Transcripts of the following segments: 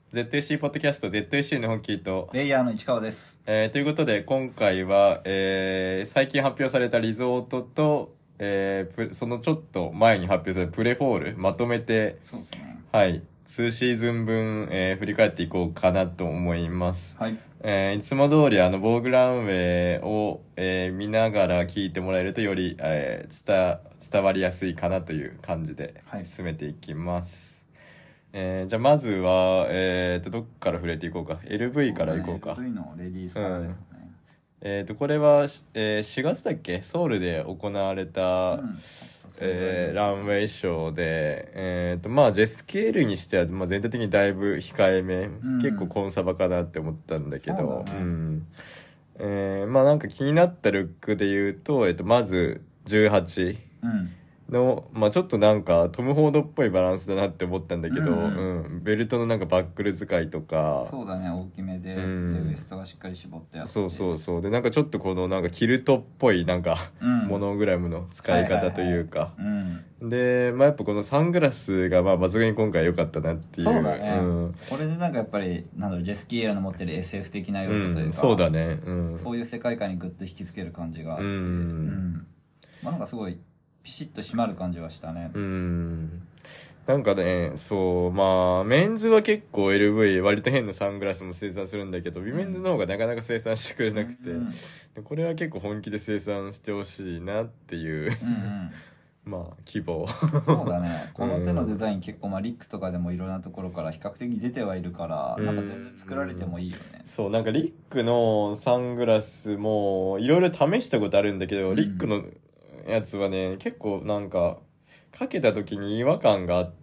ZSC ポッドキャスト ZSC の本気と、 レイヤーの市川です。 ということで今回は、最近発表されたリゾートと、そのちょっと前に発表されたプレフォールまとめて、 そうですね。 はい、2シーズン分、振り返っていこうかなと思います。 はい。 いつも通りボーグランウェイを、見ながら聞いてもらえるとより、伝わりやすいかなという感じで進めていきます。じゃあまずは、どっから触れていこうか。LV からいこうか。 LV のレディースからですね。 これは、4月だっけソウルで行われた、ランウェイショーで、まあジェスケールにしては、まあ、全体的にだいぶ控えめ、結構コンサバかなって思ったんだけど、まあなんか気になったルックで言うと、まず18の、まあちょっとなんかトム・フォードっぽいバランスだなって思ったんだけど、ベルトのなんかバックル使いとか、 そうだね、大きめで、でウエストがしっかり絞ってあって、 そうでなんかちょっとこのなんかキルトっぽいなんか、モノグラムの使い方というか、でまあやっぱこのサングラスがまあ抜群に今回良かったなっていう。 そうだね、これでなんかやっぱりなんだろう、ジェスキーエラの持ってる SF 的な要素というか、 そうだね、 そういう世界観にグッと引きつける感じがあって、まあなんかすごいピシッと締まる感じはしたね。 なんかね、そうまあメンズは結構 LV 割と変なサングラスも生産するんだけど、ビメンズの方がなかなか生産してくれなくて、これは結構本気で生産してほしいなっていうまあ希望。 そうだね、この手のデザイン結構まあリックとかでもいろんなところから比較的出てはいるから、なんか全然作られてもいいよね。 そうなんかリックのサングラスもいろいろ試したことあるんだけど、リックのやつはね結構なんかかけた時に違和感があって、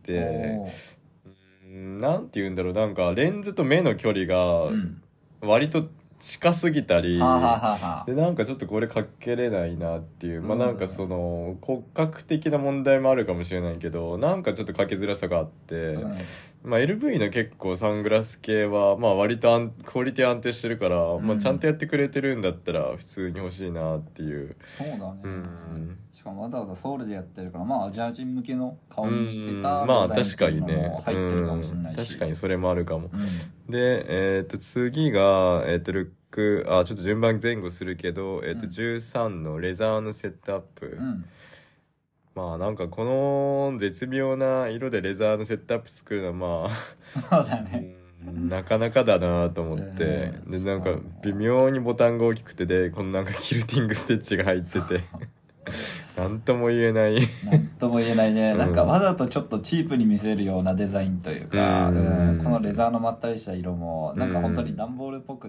なんて言うんだろう、なんかレンズと目の距離が割と近すぎたり、でなんかちょっとこれかけれないなっていう、まあなんかその骨格的な問題もあるかもしれないけど、なんかちょっとかけづらさがあって、まあ LV の結構サングラス系はまあ割とクオリティ安定してるから、まあちゃんとやってくれてるんだったら普通に欲しいなっていう。 そうだね、しかもわざわざソウルでやってるから、まあアジア人向けの顔に似てたデザインっていうのも入ってるかもしれないし、 確かにそれもあるかも。で次がルック、ちょっと順番前後するけど、13のレザーのセットアップ、まあなんかこの絶妙な色でレザーのセットアップ作るのはまあそうだね、 なかなかだなと思って、でなんか微妙にボタンが大きくて、でこのなんかキルティングステッチが入っててなんとも言えないなんとも言えないね、なんかわざとちょっとチープに見せるようなデザインというか、このレザーのまったりした色もなんか本当に段ボールっぽくって、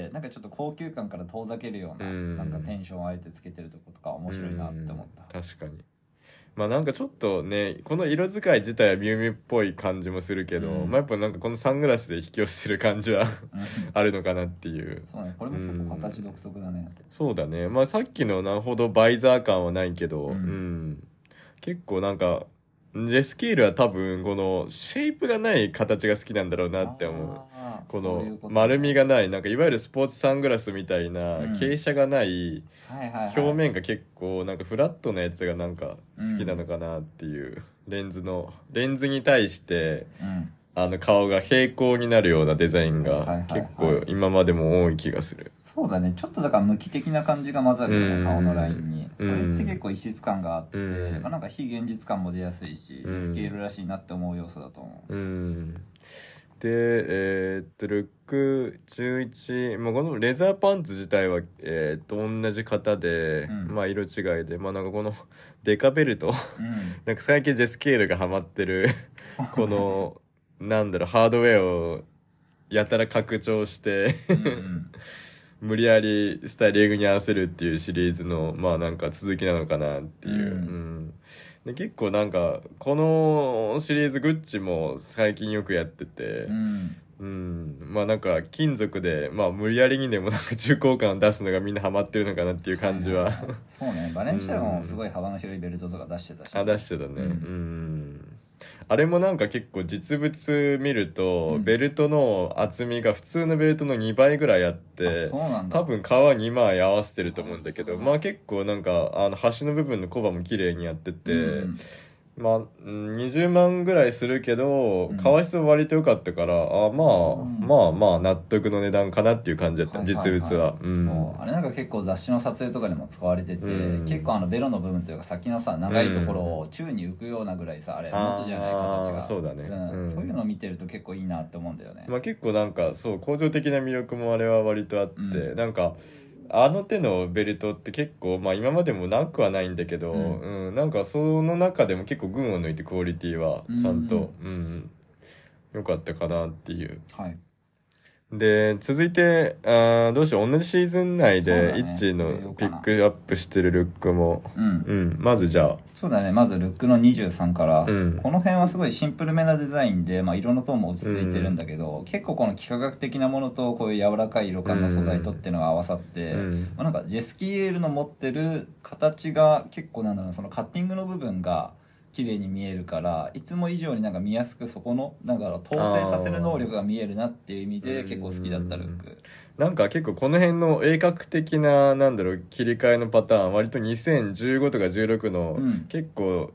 なんかちょっと高級感から遠ざけるような、なんかテンションをあえてつけてるとことか面白いなって思った。 確かに。まあなんかちょっとね、この色使い自体はミュウミュウっぽい感じもするけど、まあやっぱなんかこのサングラスで引き寄せる感じはあるのかなっていう。 そうね、これも結構形独特だね。 そうだね、まあさっきのなほどバイザー感はないけど、結構なんかジェスケールは多分このシェイプがない形が好きなんだろうなって思う。この丸みがない、なんかいわゆるスポーツサングラスみたいな傾斜がない表面が結構なんかフラットなやつがなんか好きなのかなっていう。レンズに対して顔が平行になるようなデザインが結構今までも多い気がする。 そうだね、ちょっとだから無機的な感じが混ざるよね、顔のラインに。それって結構異質感があって、まあなんか非現実感も出やすいし、スケールらしいなって思う要素だと思う。 でルック11、まあ、このレザーパンツ自体は同じ型で、まあ色違いで、まあなんかこのデカベルト、なんか最近ジェスケールがハマってるこのなんだろう、ハードウェアをやたら拡張して無理やりスタイリングに合わせるっていうシリーズのまあなんか続きなのかなっていう。で結構なんかこのシリーズグッチも最近よくやってて、まあなんか金属でまあ無理やりにでもなんか重厚感を出すのがみんなハマってるのかなっていう感じは、 そうね、バレンシアガもすごい幅の広いベルトとか出してたし、 出してたね。あれもなんか結構実物見ると、ベルトの厚みが普通のベルトの2倍ぐらいあって、多分革2枚合わせてると思うんだけど、まあ結構なんか端の部分のコバも綺麗にやってて、 まあ20万ぐらいするけど、革質は割と良かったから、まあ納得の値段かなっていう感じだった、実物は。 そうあれなんか結構雑誌の撮影とかでも使われてて、結構ベロの部分というか先のさ長いところを宙に浮くようなぐらいさ、あれ持つじゃない形が。 そうだね、 そういうのを見てると結構いいなって思うんだよね。 まあ結構なんかそう構造的な魅力もあれは割とあって、なんかあの手のベルトって結構、まあ今までもなくはないんだけど、なんかその中でも結構群を抜いてクオリティはちゃんと、良かったかなっていう。 はい。 で、続いて、どうしよう、同じシーズン内でイッチーのピックアップしてるルックも、まずじゃあ。 そうだね、まずルックの23から、この辺はすごいシンプルめなデザインで、まあ色のトーンも落ち着いてるんだけど、結構この幾何学的なものとこういう柔らかい色感の素材とっていうのが合わさって、まあ、なんかジェスキーエールの持ってる形が結構なんだろう、そのカッティングの部分が、綺麗に見えるからいつも以上になんか見やすくそこのなんか統制させる能力が見えるなっていう意味で結構好きだったルック。 なんか結構この辺の鋭角的ななんだろう切り替えのパターン割と2015とか16の、結構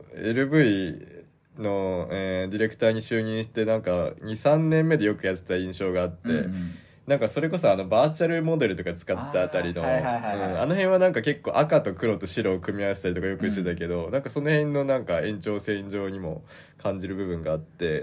LV の、ディレクターに就任してなんか 2,3 年目でよくやってた印象があって、なんかそれこそバーチャルモデルとか使ってたあたりのあの辺はなんか結構赤と黒と白を組み合わせたりとかよくしてたけど、なんかその辺のなんか延長線上にも感じる部分があって、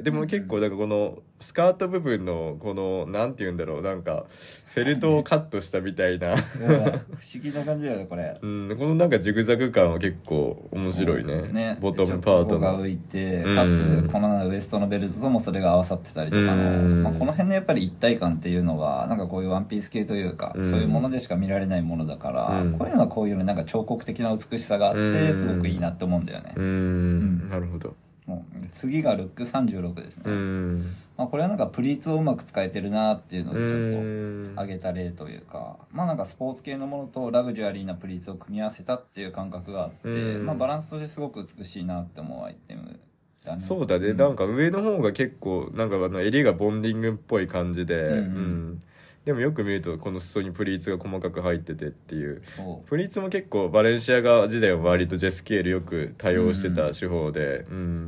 でも結構なんかこのスカート部分のこのなんて言うんだろう、なんかフェルトをカットしたみたいな不思議な感じだよねこれ。 このなんかジグザグ感は結構面白いね。ボトムパートのが浮いて、かつこのウエストのベルトともそれが合わさってたりとかの、この辺のやっぱり一体感っていうのはなんかこういうワンピース系というか、そういうものでしか見られないものだから、こういうのはこういうなんか彫刻的な美しさがあってすごくいいなって思うんだよね。 なるほど。 次がルック36ですね。まあ、これはなんかプリーツをうまく使えてるなっていうのでちょっと挙げた例というか、まあなんかスポーツ系のものとラグジュアリーなプリーツを組み合わせたっていう感覚があって、まあバランスとしてすごく美しいなって思うアイテムだね。 そうだね、なんか上の方が結構なんか襟がボンディングっぽい感じで、でもよく見るとこの裾にプリーツが細かく入っててっていう。プリーツも結構バレンシアガ時代は割とジェスケールよく多用してた手法で、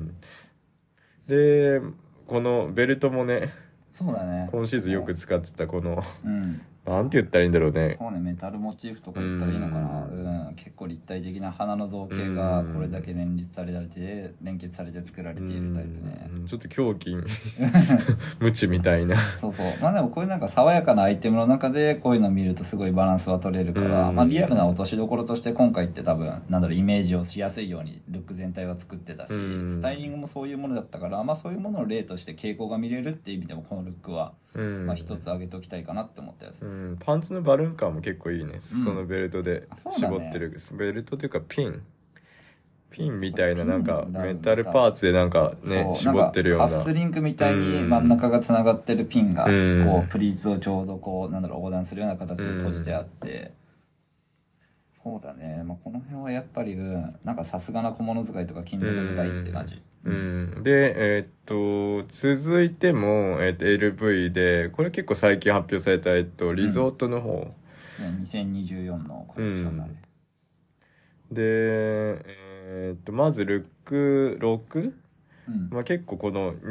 でこのベルトもね、 そうだね、 今シーズンよく使ってたこの、なんて言ったらいいんだろうね。 そうね、メタルモチーフとか言ったらいいのかな。結構立体的な花の造形がこれだけ連結されて作られているタイプね。 ちょっと狂気無知みたいな。 そうそう。まあでもこういうなんか爽やかなアイテムの中でこういうのを見るとすごいバランスは取れるから、まあリアルな落としどころとして今回って多分なんだろう、イメージをしやすいようにルック全体は作ってたし、スタイリングもそういうものだったから、まあそういうものの例として傾向が見れるっていう意味でもこのルックはまあ一つ挙げておきたいかなって思ったやつです。 パンツのバルーン感も結構いいね。そのベルトで絞ってる、ベルトというかピンみたいななんかメタルパーツでなんかね絞ってるようなハフスリンクみたいに真ん中がつながってるピンがこうプリーツをちょうどこうなんだろう横断するような形で閉じてあって、そうだね、まあ、この辺はやっぱりなんかさすがな小物使いとか金属使いって感じ。 で続いても、LV でこれ結構最近発表されたリゾートの方、 2024のコレクションだね。 でまずルック6、まあ、結構この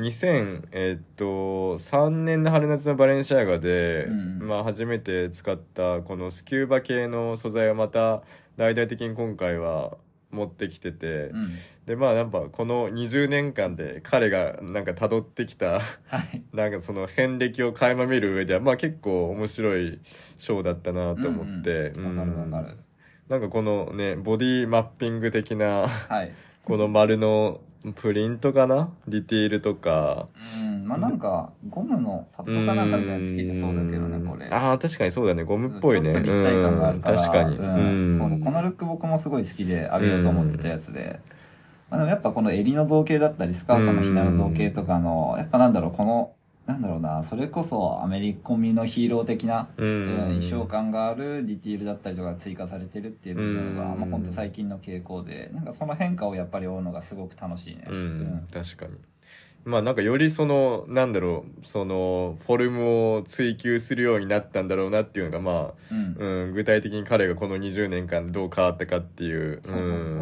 2003年の春夏のバレンシアガで、まあ、初めて使ったこのスキューバ系の素材をまた大々的に今回は持ってきてて、でまあなんかこの20年間で彼がなんか辿ってきたなんかその遍歴を垣間見る上ではまあ結構面白いショーだったなと思って、 わかるわかる。 なんかこのねボディマッピング的なこの丸のプリントかな、ディティールとか、 まあなんかゴムのパッドかなんかみたいにつけてそうだけどねこれ。 ああ確かにそうだね、ゴムっぽいね。 ちょっと立体感があるから、 確かに、 そうね、このルック僕もすごい好きであげようと思ってたやつで、まあ、でもやっぱこの襟の造形だったりスカートのひなの造形とかのやっぱなんだろう、このなんだろうな、それこそアメリカミのヒーロー的な、衣装感があるディティールだったりとか追加されてるっていう部分が、まあ、本当最近の傾向で、なんかその変化をやっぱり追うのがすごく楽しいね。 確かに。まあなんかよりそのなんだろう、そのフォルムを追求するようになったんだろうなっていうのがまあ、具体的に彼がこの20年間でどう変わったかっていう。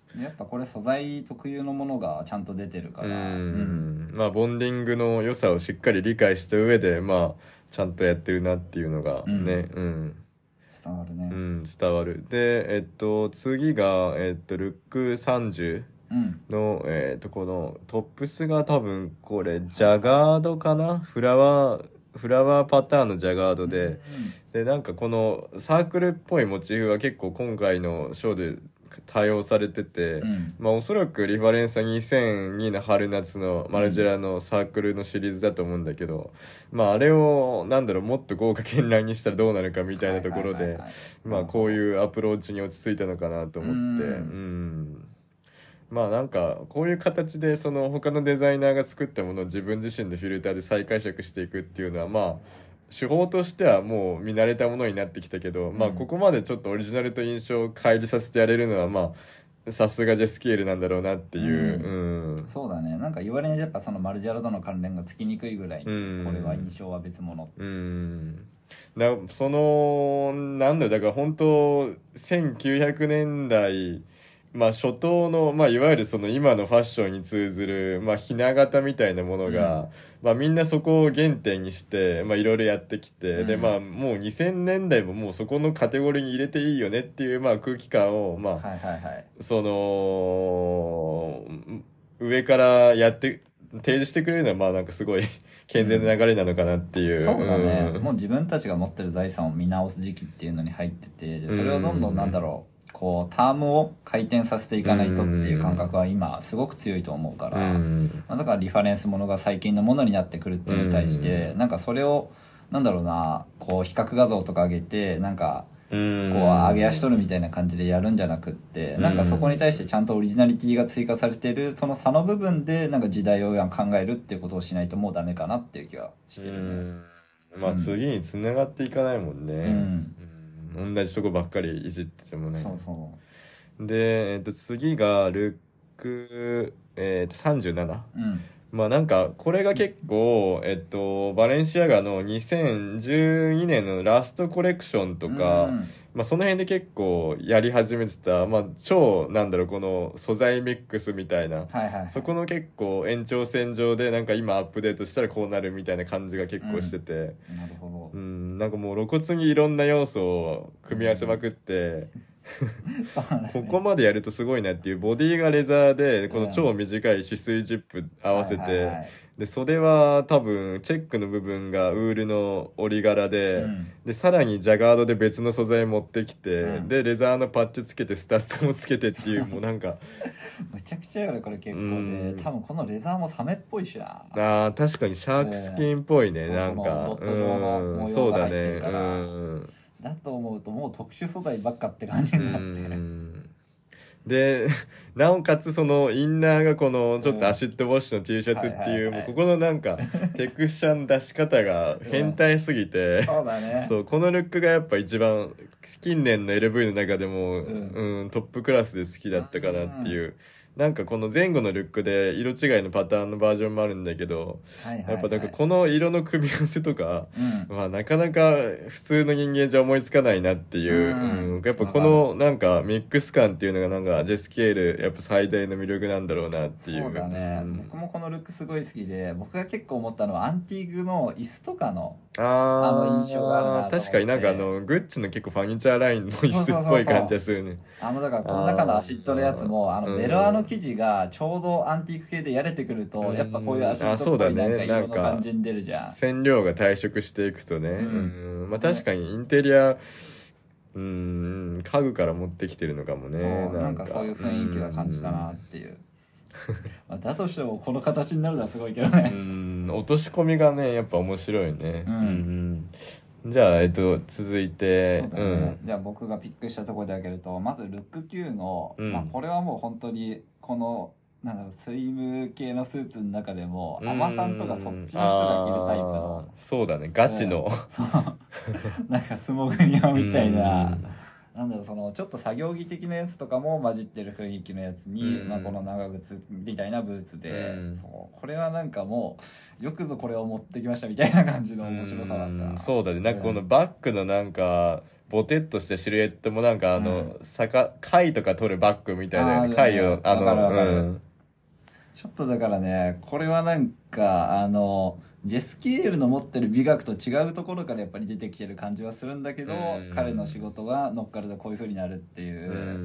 やっぱこれ素材特有のものがちゃんと出てるから、 まあボンディングの良さをしっかり理解した上でまあちゃんとやってるなっていうのがね、 伝わるね。 伝わる。で次がルック30の、このトップスが多分これジャガードかな、フラワーパターンのジャガードで、でなんかこのサークルっぽいモチーフが結構今回のショーで多用されてて、まあおそらくリファレンスは2002の春夏のマルジェラのサークルのシリーズだと思うんだけど、まああれをなんだろう、もっと豪華絢爛にしたらどうなるかみたいなところで、まあこういうアプローチに落ち着いたのかなと思って、まあなんかこういう形でその他のデザイナーが作ったものを自分自身でフィルターで再解釈していくっていうのはまあ手法としてはもう見慣れたものになってきたけど、まあここまでちょっとオリジナルと印象を乖離させてやれるのはまあさすがジェスケールなんだろうなっていう、 そうだね。なんか言われにやっぱそのマルジェラとの関連がつきにくいぐらい、これは印象は別物。 そのなんだろう、だから本当1900年代まあ初頭の、まあ、いわゆるその今のファッションに通ずる、まあ、ひな形みたいなものが、まあ、みんなそこを原点にしてまあいろいろやってきて、でまあもう2000年代ももうそこのカテゴリーに入れていいよねっていうまあ空気感をまあ、その上からやって提示してくれるのはまあなんかすごい健全な流れなのかなっていう、 そうだね、もう自分たちが持ってる財産を見直す時期っていうのに入ってて、でそれをどんどんなんだろう、こうタームを回転させていかないとっていう感覚は今すごく強いと思うから、まあ、だからリファレンスものが最近のものになってくるっていうのに対して、なんかそれをなんだろうな、こう比較画像とか上げてなんかこう上げ足取るみたいな感じでやるんじゃなくって、なんかそこに対してちゃんとオリジナリティが追加されてるその差の部分でなんか時代を考えるっていうことをしないともうダメかなっていう気はしてるね。 まあ次に繋がっていかないもんね。同じとこばっかりいじっててもね。で、次がルック、37、まあなんかこれが結構バレンシアガの2012年のラストコレクションとか、まあその辺で結構やり始めてた、まあ超なんだろう、この素材ミックスみたいな、そこの結構延長線上でなんか今アップデートしたらこうなるみたいな感じが結構してて、なんかもう露骨にいろんな要素を組み合わせまくって、ここまでやるとすごいなっていう。ボディがレザーでこの超短い止水ジップ合わせて、で袖は多分チェックの部分がウールの織り柄で、でさらにジャガードで別の素材持ってきて、でレザーのパッチつけてスタッツもつけてっていうもうなんかめちゃくちゃよねこれ結構で、多分このレザーもサメっぽいしな。 確かにシャークスキンっぽいね、なんかそうだね、 だと思うともう特殊素材ばっかって感じになってでなおかつそのインナーがこのちょっとアシッドウォッシュの T シャツっていう、もうここのなんかテクスチャーの出し方が変態すぎて、 そうだね、 そうこのルックがやっぱ一番近年の LV の中でも、トップクラスで好きだったかなっていう。なんかこの前後のルックで色違いのパターンのバージョンもあるんだけど、やっぱなんかこの色の組み合わせとか、まあなかなか普通の人間じゃ思いつかないなっていう、やっぱこのなんかミックス感っていうのがなんかジェスケールやっぱ最大の魅力なんだろうなっていう。 そうだね、僕もこのルックすごい好きで、僕が結構思ったのはアンティークの椅子とかの印象があるなと思って。 確かになんかグッチの結構ファニチャーラインの椅子っぽい感じがするね。 だからこの中のアシッドのやつもベロアの生地がちょうどアンティーク系でやれてくると、やっぱこういうアシッドっぽいなんか色の感じに出るじゃん。 染料が退色していくとね、まあ確かにインテリア家具から持ってきてるのかもね。 なんかそういう雰囲気が感じたなっていうだとしてもこの形になるのはすごいけどね。 落とし込みがねやっぱ面白いね。じゃあ続いて、 じゃあ僕がピックしたところで挙げると、まずルック Q の、まあこれはもう本当にこのなんだろう、スイム系のスーツの中でも海女さんとかそっちの人が着るタイプの、 そうだね、ガチの、 そうなんか素潜り用みたいななんだろう、そのちょっと作業着的なやつとかも混じってる雰囲気のやつに、 うんこの長靴みたいなブーツで、 そうこれはなんかもうよくぞこれを持ってきましたみたいな感じの面白さだったな。 そうだね、なんかこのバッグのなんかボテッとしたシルエットもなんか貝とか取るバッグみたいな、貝をわかるわかる、ちょっとだからね、これはなんかジェスキーエルの持ってる美学と違うところからやっぱり出てきてる感じはするんだけど、彼の仕事が乗っかるとこういう風になるっていう、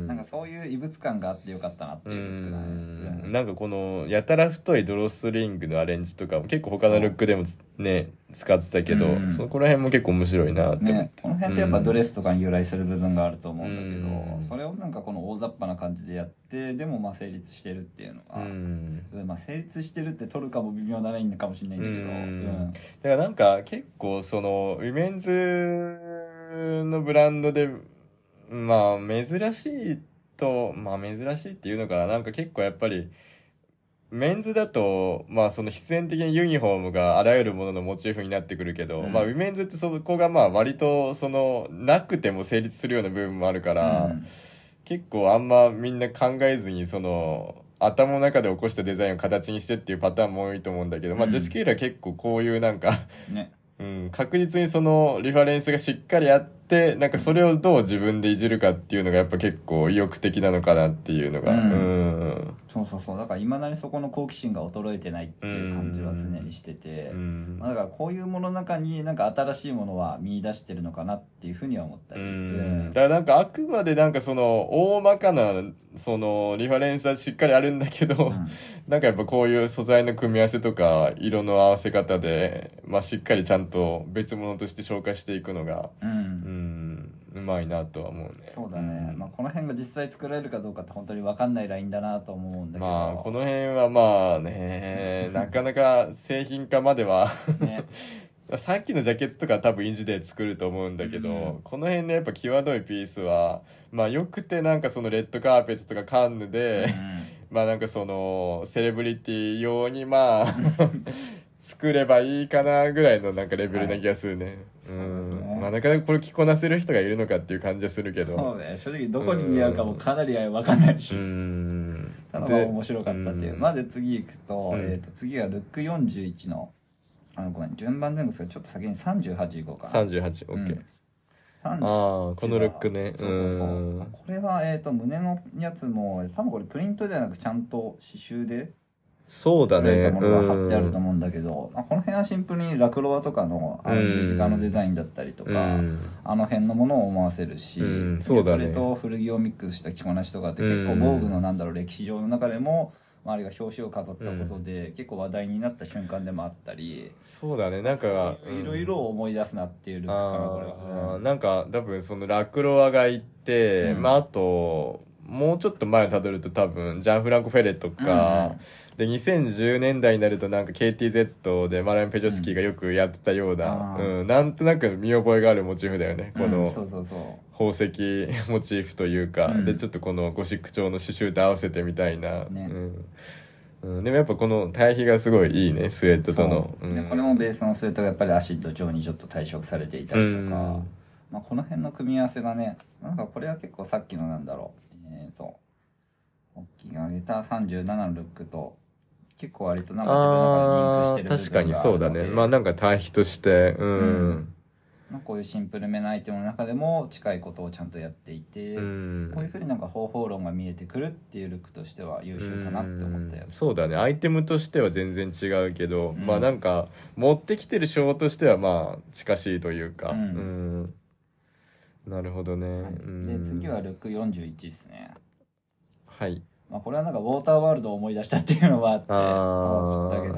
なんかそういう異物感があってよかったなっていうルックなんかこのやたら太いドロスリングのアレンジとかも結構他のルックでもね使ってたけど、そこら辺も結構面白いなって思って、 この辺ってやっぱドレスとかに由来する部分があると思うんだけど、それをなんかこの大雑把な感じでやってでもまあ成立してるっていうのが、成立してるって取るかも微妙なラインかもしれないんだけど、 だからなんか結構そのウィメンズのブランドでまあ珍しいっていうのかな、なんか結構やっぱりメンズだとまあその必然的にユニフォームがあらゆるもののモチーフになってくるけど、まあウィメンズってそこがまあ割とそのなくても成立するような部分もあるから、結構あんまみんな考えずにその頭の中で起こしたデザインを形にしてっていうパターンも多いと思うんだけど、まあジェスケールは結構こういうなんか確実にそのリファレンスがしっかりあってなんかそれをどう自分でいじるかっていうのがやっぱ結構意欲的なのかなっていうのが、 そうだからいまだにそこの好奇心が衰えてないっていう感じは常にしてて、だからこういうものの中になんか新しいものは見出してるのかなっていうふうには思ったり、 だからなんかあくまでなんかその大まかなそのリファレンスはしっかりあるんだけど、なんかやっぱこういう素材の組み合わせとか色の合わせ方で、まあ、しっかりちゃんと別物として紹介していくのがうまいなとは思うね。 そうだね、まあ、この辺が実際作られるかどうかって本当に分かんないラインだなと思うんだけど、 まあこの辺はまあねなかなか製品化まではねさっきのジャケットとか多分インジで作ると思うんだけど、この辺ねやっぱ際どいピースはまあよくてなんかそのレッドカーペットとかカンヌで、まあなんかそのセレブリティ用にまあ作ればいいかなぐらいのなんかレベルな気がするね。まあなかなかこれ着こなせる人がいるのかっていう感じはするけど、 そうね、正直どこに似合うかもかなり分かんないし、ただ面白かったっていう。まず次行くと、次はルック41のごめん順番なんですがちょっと先に38いこうかな。 38 OK、このルックね。 そうこれは胸のやつも多分これプリントではなくちゃんと刺繍でそうだねものが貼ってあると思うんだけど、この辺はシンプルにラクロワとかの十字架のデザインだったりとか、あの辺のものを思わせるし、それと古着をミックスした着こなしとかって結構防具のなんだろう歴史上の中でも周りが表紙を飾ったことで、結構話題になった瞬間でもあったり、 そうだね、なんかいろいろ思い出すなっていうルックかなこれは。 なんか多分そのラクロワがいて、まああともうちょっと前をたどると多分ジャン・フランコ・フェレとか、で2010年代になるとなんか KTZ でマラン・ペジョスキーがよくやってたような、なんとなく見覚えがあるモチーフだよね、この宝石モチーフというか、でちょっとこのゴシック調の刺繍と合わせてみたいな、でもやっぱこの対比がすごいいいね、スウェットとの。 でこれもベースのスウェットがやっぱりアシッド状にちょっと退色されていたりとか、この辺の組み合わせがね、なんかこれは結構さっきのなんだろう、大きが上げた37のルックと結構割となんか自分の中でリンクしてる部分があるので、 確かにそうだね。まあなんか対比として、 こういうシンプルめなアイテムの中でも近いことをちゃんとやっていて、こういうふうになんか方法論が見えてくるっていうルックとしては優秀かなって思ったやつ。 そうだね、アイテムとしては全然違うけど、まあなんか持ってきてる章としてはまあ近しいというか、なるほどね。 で次はルック41ですね。 はい。 これはなんかウォーターワールドを思い出したっていうのはあって、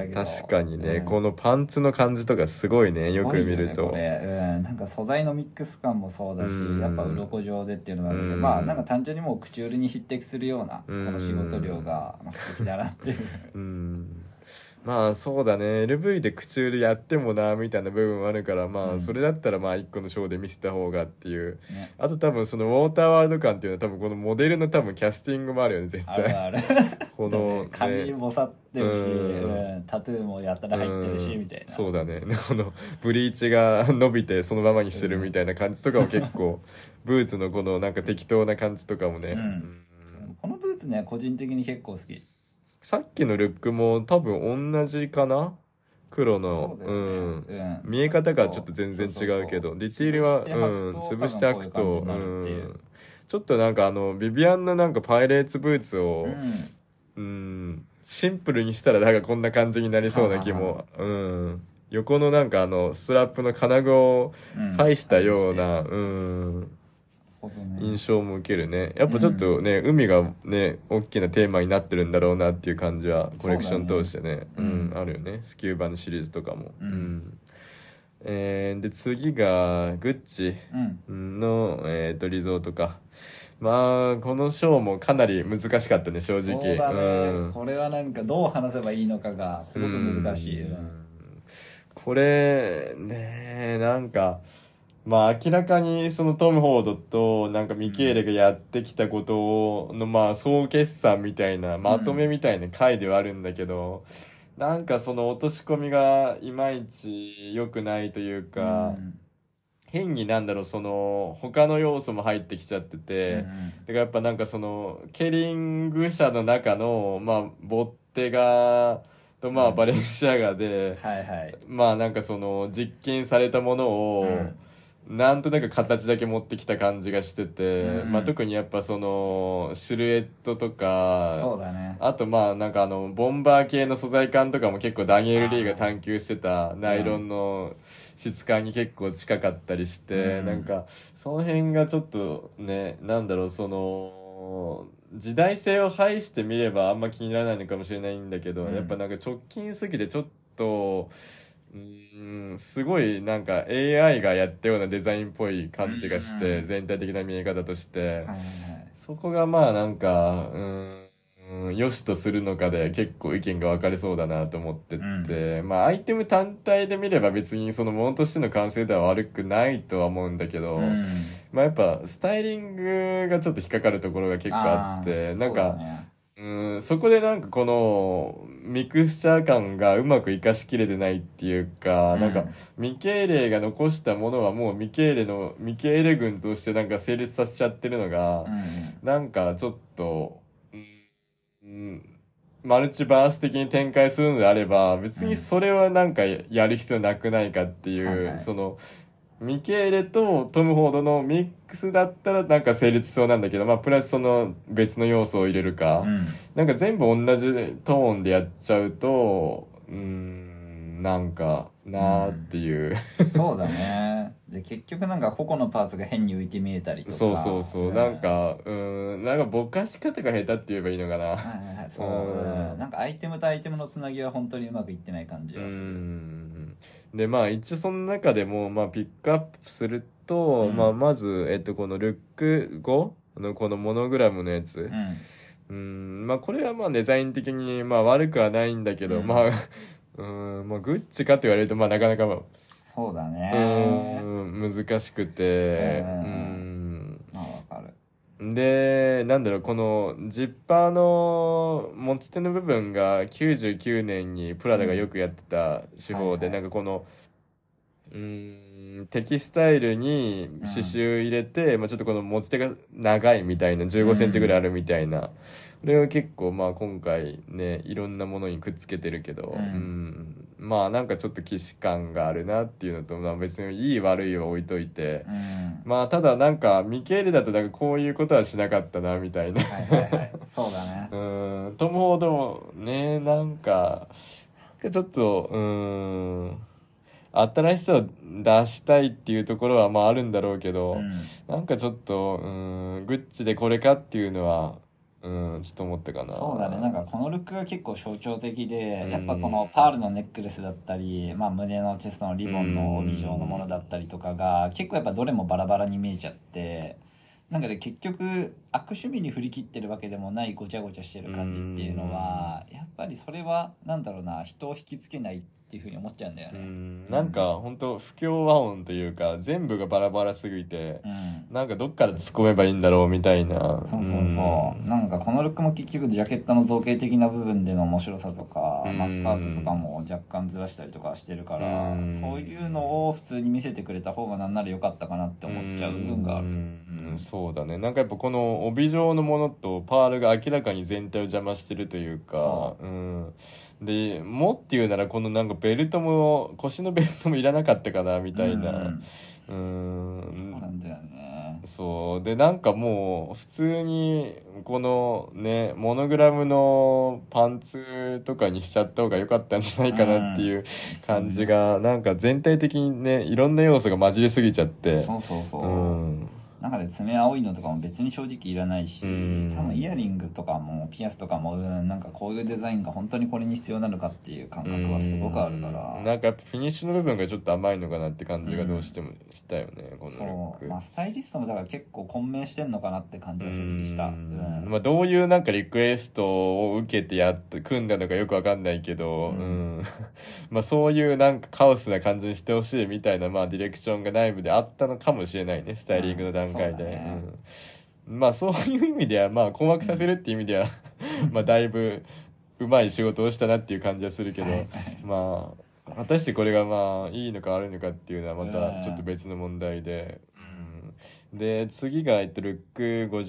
確かにね、このパンツの感じとかすごいね、よく見ると。 なんか素材のミックス感もそうだし、やっぱ鱗状でっていうのもあるけど、まあなんか単純にもうクチュールに匹敵するようなこの仕事量が素敵だなっていう。 まあそうだね、LV でクチュールやってもなみたいな部分もあるから、まあそれだったらまあ一個のショーで見せた方がっていう、あと多分そのウォーターワールド感っていうのは多分このモデルの多分キャスティングもあるよね絶対。 あるこの、ね、 髪もさってるし、タトゥーもやったら入ってるしみたいな。 そうだねこのブリーチが伸びてそのままにしてるみたいな感じとかも結構ブーツのこのなんか適当な感じとかもね、 このブーツね個人的に結構好き。 さっきのルックも多分同じかな、黒の、見え方がちょっと全然違うけどディティールは潰して履くとちょっとなんかビビアンのなんかパイレーツブーツをシンプルにしたらなんかこんな感じになりそうな気も、横のなんかストラップの金具を配したような、印象も受けるね。やっぱちょっとね、海がね大きなテーマになってるんだろうなっていう感じはコレクション通してね、あるよね。スキューバのシリーズとかも。で次がグッチの、リゾートか。まあこのショーもかなり難しかったね正直。 そうだね、これはなんかどう話せばいいのかがすごく難しい。 これねなんかまあ明らかにそのトム・フォードとなんかミケーレがやってきたことのまあ総決算みたいなまとめみたいな回ではあるんだけど、なんかその落とし込みがいまいち良くないというか、変になんだろうその他の要素も入ってきちゃってて、だからやっぱなんかそのケリング社の中のまあボッテガとまあバレンシアガで、まあなんかその実験されたものを、なんとなく形だけ持ってきた感じがしてて、まあ特にやっぱそのシルエットとか、 そうだね、 あとまあなんかボンバー系の素材感とかも結構ダニエル・リーが探求してたナイロンの質感に結構近かったりして、なんかその辺がちょっとねなんだろうその時代性を排してみればあんま気にならないのかもしれないんだけど、やっぱなんか直近すぎてちょっとすごいなんか AI がやったようなデザインっぽい感じがして、全体的な見え方として、そこがまあなんか良しとするのかで結構意見が分かれそうだなと思ってて、まあアイテム単体で見れば別にそのものとしての完成度は悪くないとは思うんだけど、まあやっぱスタイリングがちょっと引っかかるところが結構あって、なんかそこでなんかこのミクスチャー感がうまく活かしきれてないっていうか、なんかミケーレが残したものはもうミケーレ軍としてなんか成立させちゃってるのが、なんかちょっとマルチバース的に展開するのであれば別にそれはなんかやる必要なくないかっていう、そのミケーレとトム・フォードのミックスだったらなんか成立しそうなんだけど、まあプラスその別の要素を入れるか、なんか全部同じトーンでやっちゃうとなんかなーっていう、 そうだね。で結局なんか個々のパーツが変に浮いて見えたりとか、 そうなんかなんかぼかし方が下手って言えばいいのかな、 なんかアイテムとアイテムのつなぎは本当にうまくいってない感じがする。 でまあ一応その中でもまあピックアップすると、まあまずこのルック5のこのモノグラムのやつ、まあこれはまあデザイン的にまあ悪くはないんだけど、まあまあグッチかって言われるとまあなかなかそうだね難しくてまあわかる。 でなんだろうこのジッパーの持ち手の部分が99年にプラダがよくやってた手法で、なんかこのテキスタイルに刺繍入れて、まあ、ちょっとこの持ち手が長いみたいな15センチぐらいあるみたいな、これを結構まあ今回ねいろんなものにくっつけてるけど、まあなんかちょっと既視感があるなっていうのと、まあ別にいい悪いは置いといて、まあただなんかミケールだとなんかこういうことはしなかったなみたいなそうだねトム・フォードもねなんかちょっと新しさを出したいっていうところはまああるんだろうけど、なんかちょっとグッチでこれかっていうのはちょっと思ったかな。 そうだね、なんかこのルックが結構象徴的で、やっぱこのパールのネックレスだったり、まあ、胸のチェストのリボンの帯状のものだったりとかが結構やっぱどれもバラバラに見えちゃって、なんかね結局悪趣味に振り切ってるわけでもないごちゃごちゃしてる感じっていうのはやっぱりそれはなんだろうな、人を引きつけないっっていうふうに思っちゃうんだよね。 なんか本当不協和音というか全部がバラバラすぎて、なんかどっから突っ込めばいいんだろうみたいな。 そうそうそう、なんかこのルックも結局ジャケットの造形的な部分での面白さとか、スカートとかも若干ずらしたりとかしてるから、そういうのを普通に見せてくれた方がなんなら良かったかなって思っちゃう部分がある。 そうだね。なんかやっぱこの帯状のものとパールが明らかに全体を邪魔してるというか、でもっていうならこのなんかベルトも腰のベルトもいらなかったかなみたいな。 そうなんだよね。 そうでなんかもう普通にこのねモノグラムのパンツとかにしちゃった方が良かったんじゃないかなっていう感じが、なんか全体的にねいろんな要素が混じりすぎちゃって。 中で爪青いのとかも別に正直いらないし、多分イヤリングとかもピアスとかもなんかこういうデザインが本当にこれに必要なのかっていう感覚はすごくあるから、 なんかやっぱフィニッシュの部分がちょっと甘いのかなって感じがどうしてもしたよね、このルック。 スタイリストもだから結構混迷してんのかなって感じが正直した。 どういうなんかリクエストを受けて組んだのかよくわかんないけど、そういうなんかカオスな感じにしてほしいみたいなディレクションが内部であったのかもしれないね、スタイリングの段階で。そういう意味では困惑させるっていう意味ではだいぶうまい仕事をしたなっていう感じはするけど、果たしてこれがいいのか悪いのかっていうのはまたちょっと別の問題で。で次がルック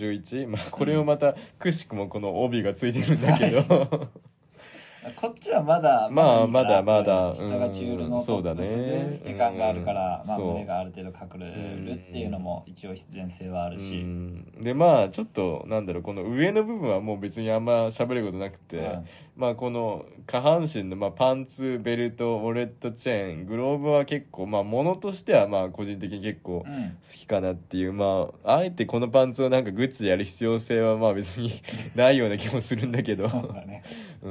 51、これをまたくしくもこの帯がついてるんだけどこっちはまだまだ下がチュールのトップスで透け感があるから、胸がある程度隠れるっていうのも一応必然性はあるし、 でちょっとなんだろう、この上の部分はもう別にあんま喋ることなくて、この下半身のパンツ、ベルト、ウォレットチェーン、グローブは結構物としては個人的に結構好きかなっていう、あえてこのパンツをなんかグッチでやる必要性は別にないような気もするんだけどそうだね。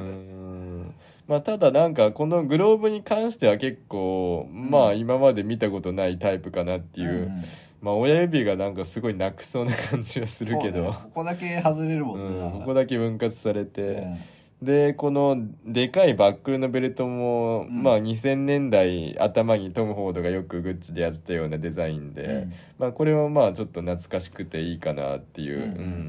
ただなんかこのグローブに関しては結構今まで見たことないタイプかなっていう、親指がなんかすごいなくそうな感じはするけど、 ここだけ外れるもんね、 ここだけ分割されて、でこのでかいバックルのベルトも、2000年代頭にトム・フォードがよくグッチでやってたようなデザインで、これはちょっと懐かしくていいかなっていう、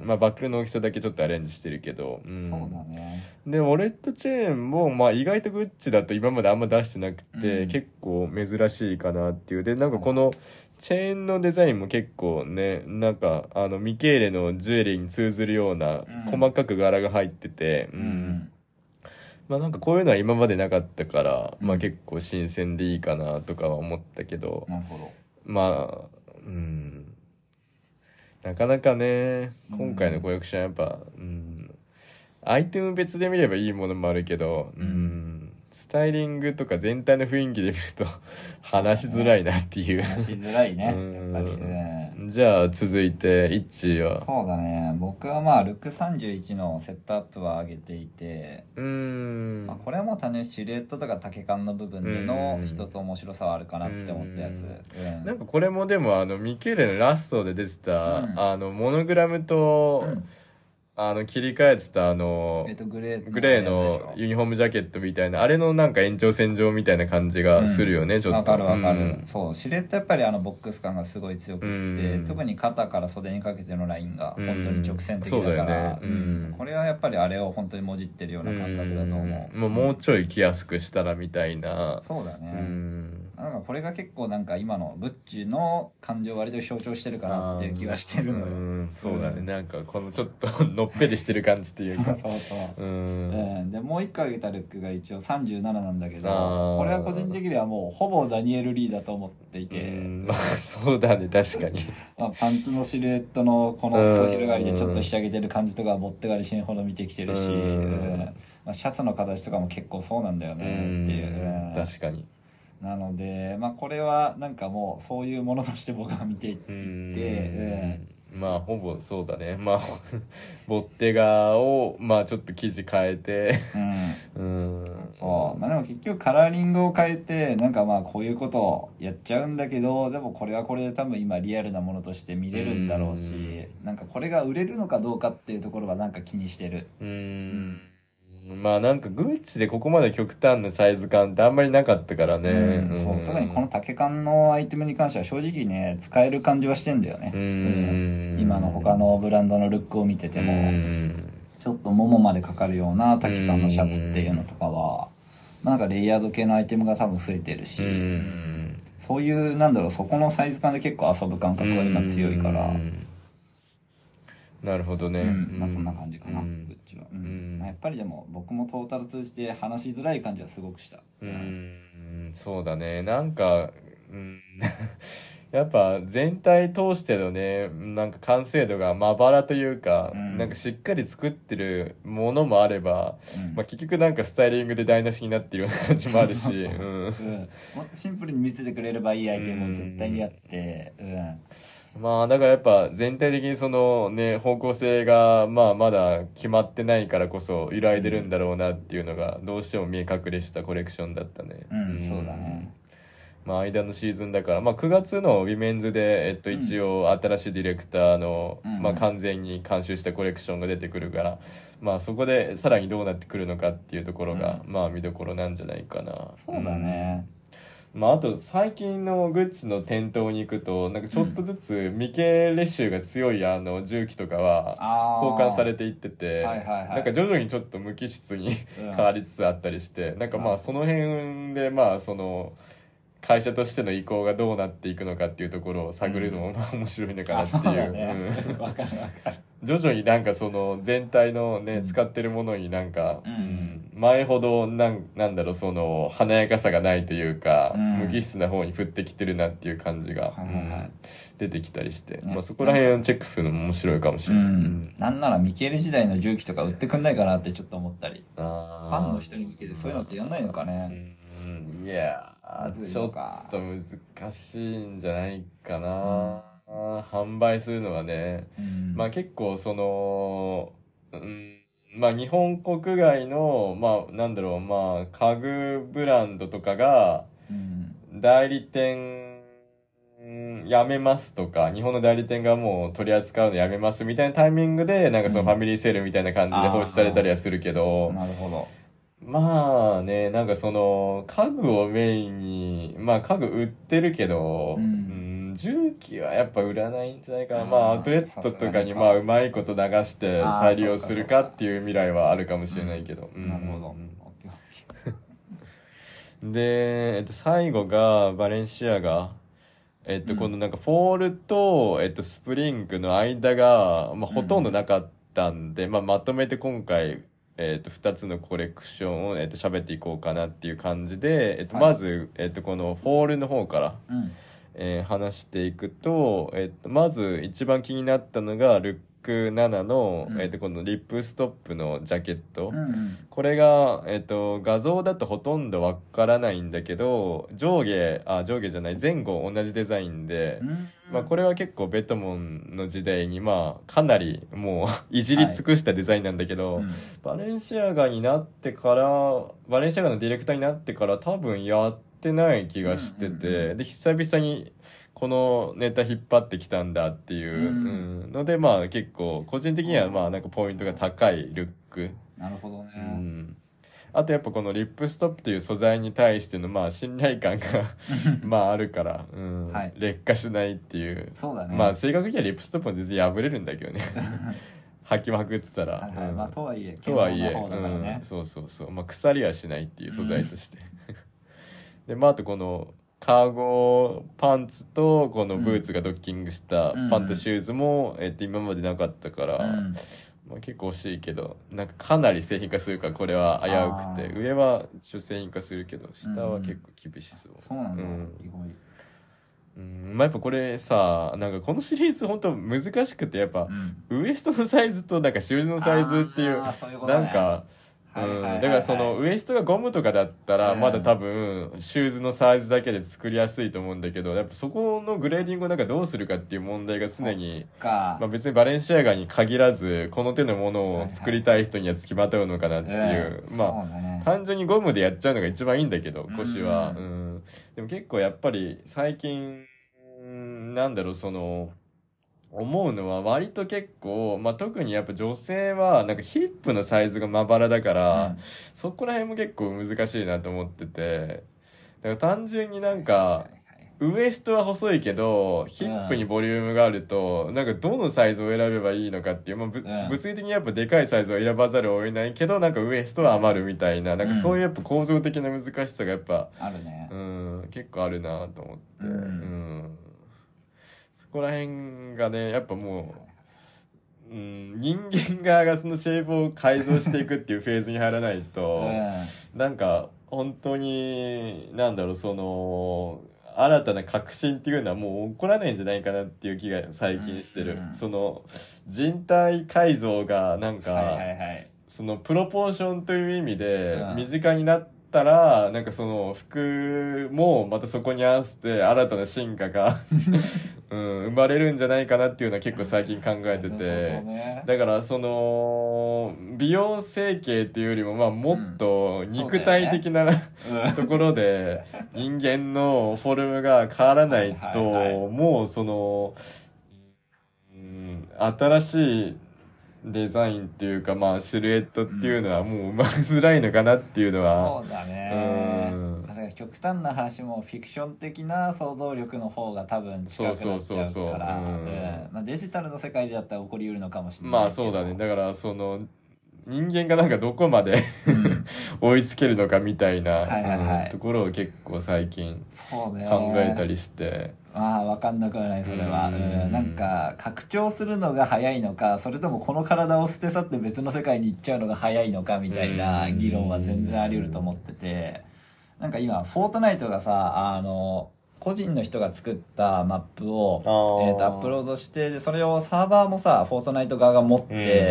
バックルの大きさだけちょっとアレンジしてるけど、 そうだね。 でウォレットチェーンも意外とグッチだと今まであんま出してなくて、結構珍しいかなっていう。でなんかこのチェーンのデザインも結構ね、なんかミケーレのジュエリーに通ずるような細かく柄が入ってて、なんかこういうのは今までなかったから、結構新鮮でいいかなとかは思ったけど、 なるほど。 なかなかね今回のコレクションやっぱ、アイテム別で見ればいいものもあるけど、スタイリングとか全体の雰囲気で見ると話しづらいなっていう。 話しづらいね、やっぱり。 じゃあ続いて1位は。 そうだね、僕はルック31のセットアップは上げていて、これはもう単純にシルエットとか丈感の部分での一つ面白さはあるかなって思ったやつ。 なんかこれもでもミケーレのラストで出てた、モノグラムと、切り替えてたグレーのユニフォームジャケットみたいな、あれのなんか延長線上みたいな感じがするよね、ちょっと。 わかる。そう、シルエットやっぱりボックス感がすごい強くって、特に肩から袖にかけてのラインが本当に直線的だから、これはやっぱりあれを本当にもじってるような感覚だと思う。 もうちょい着やすくしたらみたいな。 そうだね。なんかこれが結構なんか今のグッチの感情を割と象徴してるかなっていう気がしてるのよ。 そうだね、なんかこのちょっとのっぺりしてる感じっていうか。 そうでもう一個挙げたルックが一応37なんだけど、これは個人的にはもうほぼダニエル・リーだと思っていて、 そうだね、確かにパンツのシルエットのこの裾広がりでちょっと仕上げてる感じとかは持ってがり死ぬほど見てきてるし、シャツの形とかも結構そうなんだよねっていう。 確かに。 なのでこれはなんかもうそういうものとして僕が見ていってほぼそうだね。ボッテガをちょっと生地変えてそうでも結局カラーリングを変えてなんかこういうことをやっちゃうんだけど、でもこれはこれで多分今リアルなものとして見れるんだろうし、なんかこれが売れるのかどうかっていうところはなんか気にしてる。 まあなんかグッチでここまで極端なサイズ感ってあんまりなかったからね。 うん、そう特にこの丈感のアイテムに関しては正直ね使える感じはしてんだよね。今の他のブランドのルックを見ててもちょっとももまでかかるような丈感のシャツっていうのとかは、まあ、なんかレイヤード系のアイテムが多分増えてるし、そういうなんだろうそこのサイズ感で結構遊ぶ感覚が今強いから。 なるほどね。 まあそんな感じかな、グッチは。まあ、やっぱりでも僕もトータル通じて話しづらい感じはすごくした。 そうだね。なんか、やっぱ全体通してのね、なんか完成度がまばらというか、なんかしっかり作ってるものもあれば、まあ結局なんかスタイリングで台無しになってるような感じもあるし、 もっとシンプルに見せてくれればいいアイテムも絶対にあって、 まあだからやっぱ全体的にそのね方向性がまあまだ決まってないからこそ揺らいでるんだろうなっていうのがどうしても見え隠れしたコレクションだったね。 そうだね。 まあ間のシーズンだから、まあ9月のウィメンズで一応新しいディレクターのまあ完全に監修したコレクションが出てくるから、まあそこでさらにどうなってくるのかっていうところがまあ見どころなんじゃないかな。 そうだね。 まあ、あと最近のグッチの店頭に行くとなんかちょっとずつミケレ臭が強い重機とかは交換されていってて、なんか徐々にちょっと無機質に変わりつつあったりして、なんかまあその辺でまあその会社としての意向がどうなっていくのかっていうところを探るのもまあ面白いのかなっていう。 わかるわかる。 徐々になんかその全体のね使ってるものになんか前ほどなんだろうその華やかさがないというか無機質な方に振ってきてるなっていう感じが出てきたりして、まあそこら辺をチェックするのも面白いかもしれない。 なんならミケーレ時代の重機とか売ってくんないかなってちょっと思ったり、ファンの人に向けてそういうのってやんないのかね。 いやちょっと難しいんじゃないかな。販売するのはね、まあ結構その、まあ日本国外のまあなんだろうまあ家具ブランドとかが代理店やめますとか、日本の代理店がもう取り扱うのやめますみたいなタイミングでなんかそのファミリーセールみたいな感じで放出されたりはするけど、 なるほど。 まあね、なんかその家具をメインにまあ家具売ってるけど、重機はやっぱ売らないんじゃないかな。まあアウトレットとかにまあうまいこと流して再利用するかっていう未来はあるかもしれないけど。 なるほど。 で、最後がバレンシアガ。このなんかフォールと、スプリングの間が、まあ、ほとんどなかったんで、まあ、まとめて今回、2つのコレクションを、喋っていこうかなっていう感じで、まず、このフォールの方から、話していくと、まず一番気になったのがルック7の、このリップストップのジャケット、これが、画像だとほとんどわからないんだけど上下じゃない前後同じデザインで、まあ、これは結構ベトモンの時代にまあかなりもういじり尽くしたデザインなんだけど、バレンシアガのディレクターになってから多分やってない気がしてて、で久々にこのネタ引っ張ってきたんだっていうので、まあ結構個人的にはまあなんかポイントが高いルック。 なるほどね。 あとやっぱこのリップストップという素材に対してのまあ信頼感がまああるから、劣化しないっていう。 そうだね。 まあ正確にはリップストップも全然破れるんだけどね履きまくってたら、 まあとはいえそうそうそう、まあ腐りはしないっていう素材としてでまああとこのカーゴパンツとこのブーツがドッキングしたパントシューズも、今までなかったから、まあ、結構欲しいけどなんかかなり製品化するからこれは危うくて、上は一応製品化するけど下は結構厳しそう。 そうなんだ、意外。 まあやっぱこれさなんかこのシリーズ本当難しくてやっぱ、ウエストのサイズとなんかシューズのサイズっていうなんかだからそのウエストがゴムとかだったらまだ多分シューズのサイズだけで作りやすいと思うんだけど、やっぱそこのグレーディングをなんかどうするかっていう問題が常に、まあ、別にバレンシアガに限らずこの手のものを作りたい人にはつきまとうのかなっていう、まあ単純にゴムでやっちゃうのが一番いいんだけど腰は、でも結構やっぱり最近なんだろうその思うのは割と結構、まあ、特にやっぱ女性はなんかヒップのサイズがまばらだから、そこら辺も結構難しいなと思ってて、だから単純になんかウエストは細いけどヒップにボリュームがあるとなんかどのサイズを選べばいいのかっていう、まあ、物理的にやっぱでかいサイズを選ばざるを得ないけどなんかウエストは余るみたいな、なんかそういうやっぱ構造的な難しさがやっぱあるね、 結構あるなと思って、そこら辺がねやっぱもう、人間側がそのシェイプを改造していくっていうフェーズに入らないと、なんか本当になんだろう、その新たな革新っていうのはもう起こらないんじゃないかなっていう気が最近してる、その人体改造がなんか、そのプロポーションという意味で身近になったら、なんかその服もまたそこに合わせて新たな進化が生まれるんじゃないかなっていうのは結構最近考えてて、だからその美容整形っていうよりもまあもっと肉体的な、ところで人間のフォルムが変わらないともうその、新しいデザインっていうかまあシルエットっていうのはもう生まれづらいのかなっていうのは、 そうだね、だから極端な話もフィクション的な想像力の方が多分近くなっちゃうから、まあ、デジタルの世界だったら起こりうるのかもしれないけど、 まあそうだね、だからその人間がなんかどこまで追いつけるのかみたいなところを結構最近考えたりして、 まあ分かんなくはないそれは、なんか拡張するのが早いのかそれともこの体を捨て去って別の世界に行っちゃうのが早いのかみたいな議論は全然あり得ると思ってて、なんか今フォートナイトがさ個人の人が作ったマップを、アップロードしてでそれをサーバーもさフォートナイト側が持って、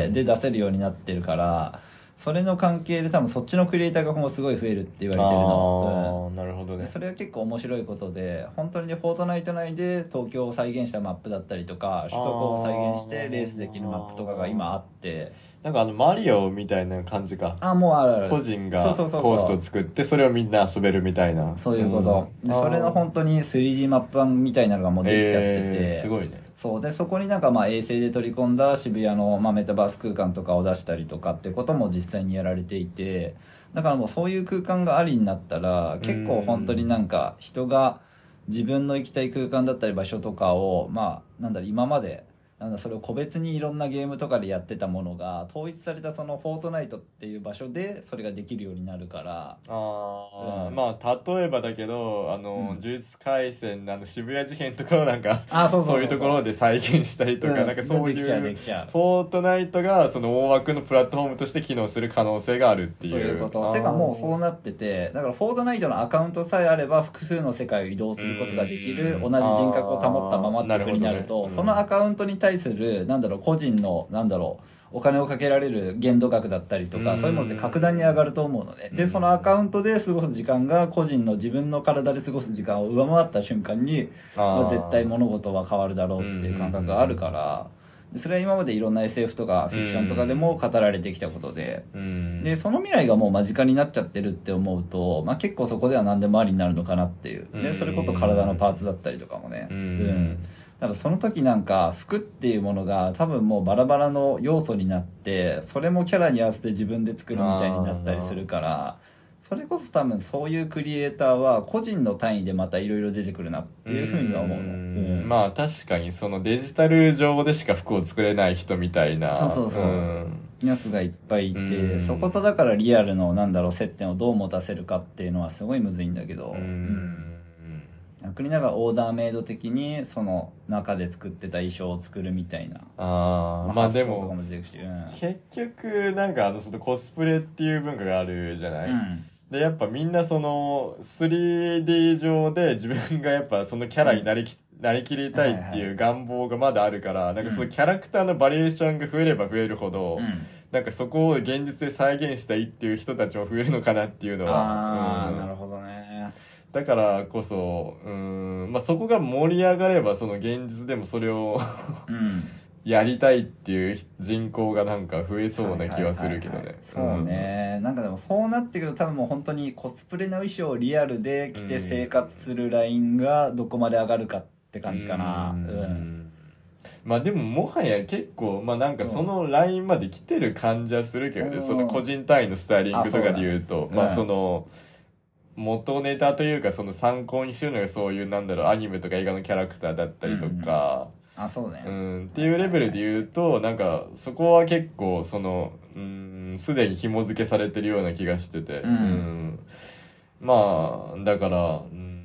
で出せるようになってるからそれの関係で多分そっちのクリエイターが今後すごい増えるって言われてるの。 なるほどね。 それは結構面白いことで本当にフォートナイト内で東京を再現したマップだったりとか首都高を再現してレースできるマップとかが今あって、 なんかマリオみたいな感じか。 もうあるある。 個人がコースを作ってそれをみんな遊べるみたいな。 そういうこと。でそれの本当に 3D マップ版みたいなのがもうできちゃってて、 すごいね。 そうでそこになんかまあ衛星で取り込んだ渋谷のメタバース空間とかを出したりとかってことも実際にやられていて、だからもうそういう空間がありになったら結構本当になんか人が自分の行きたい空間だったり場所とかをなんだろう今までそれを個別にいろんなゲームとかでやってたものが統一されたそのフォートナイトっていう場所でそれができるようになるから、 まあ例えばだけど呪術廻戦の渋谷事変とかをなんかそういうところで再現したりとか、なんかそういうフォートナイトがその大枠のプラットフォームとして機能する可能性があるっていう。 そういうこと。てかもうそうなってて、だからフォートナイトのアカウントさえあれば複数の世界を移動することができる、同じ人格を保ったままっていうふうになると、そのアカウントに対する個人のお金をかけられる限度額だったりとか、そういうものって格段に上がると思うので、でそのアカウントで過ごす時間が個人の自分の体で過ごす時間を上回った瞬間に、絶対物事は変わるだろうっていう感覚があるから、それは今までいろんな SF とかフィクションとかでも語られてきたことで、でその未来がもう間近になっちゃってるって思うと、結構そこでは何でもありになるのかなっていう。でそれこそ体のパーツだったりとかもね、だからその時なんか服っていうものが多分もうバラバラの要素になってそれもキャラに合わせて自分で作るみたいになったりするから、それこそ多分そういうクリエイターは個人の単位でまたいろいろ出てくるなっていうふうには思うの。 まあ確かにそのデジタル上でしか服を作れない人みたいなやつがいっぱいいて、そことだからリアルの接点をどう持たせるかっていうのはすごいむずいんだけど、逆にオーダーメイド的にその中で作ってた衣装を作るみたいな。 でも結局なんかそのコスプレっていう文化があるじゃない、でやっぱみんなその 3D 上で自分がやっぱそのキャラになりきりたいっていう願望がまだあるから、なんかそのキャラクターのバリエーションが増えれば増えるほど、なんかそこを現実で再現したいっていう人たちも増えるのかなっていうのは。 なるほどね。 だからこそそこが盛り上がればその現実でもそれをやりたいっていう人口がなんか増えそうな気はするけどね。 そうね、なんかでもそうなってくると多分もう本当にコスプレの衣装をリアルで着て生活するラインがどこまで上がるかって感じかな。 まあでももはや結構まあなんかそのラインまで来てる感じはするけどね、その個人単位のスタイリングとかで言うと、まあその元ネタというかその参考にしてるのがそういうなんだろうアニメとか映画のキャラクターだったりとか、 そうね、 っていうレベルで言うとなんかそこは結構そのすでに紐付けされてるような気がしてて、まあだから、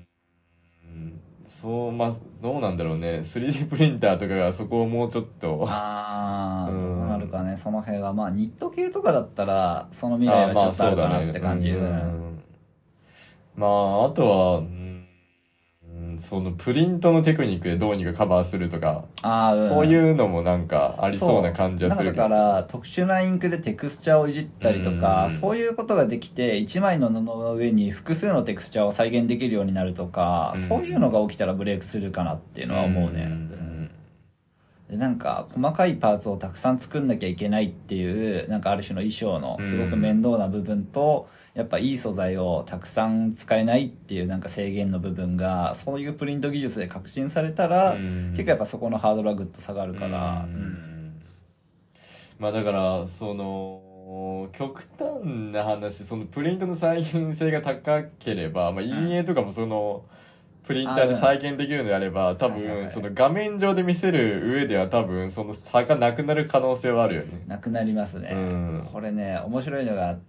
そうまあどうなんだろうね、 3D プリンターとかがそこをもうちょっとどうなるかね、その辺が。まあニット系とかだったらその未来はちょっとあるかなって感じ。 まああとは、そのプリントのテクニックでどうにかカバーするとか、そういうのもなんかありそうな感じはするけど、 だから特殊なインクでテクスチャーをいじったりとか、そういうことができて1枚の布の上に複数のテクスチャーを再現できるようになるとか、そういうのが起きたらブレイクするかなっていうのは思うね。でなんか細かいパーツをたくさん作んなきゃいけないっていうなんかある種の衣装のすごく面倒な部分と、やっぱいい素材をたくさん使えないっていうなんか制限の部分がそういうプリント技術で革新されたら、結構やっぱそこのハードルはぐっと下がるから、 まあだからその極端な話、そのプリントの再現性が高ければ、まあ、陰影とかもそのプリンターで再現できるのであれば、多分その画面上で見せる上では多分その差がなくなる可能性はあるよね。 なくなりますね、これね面白いのがあって、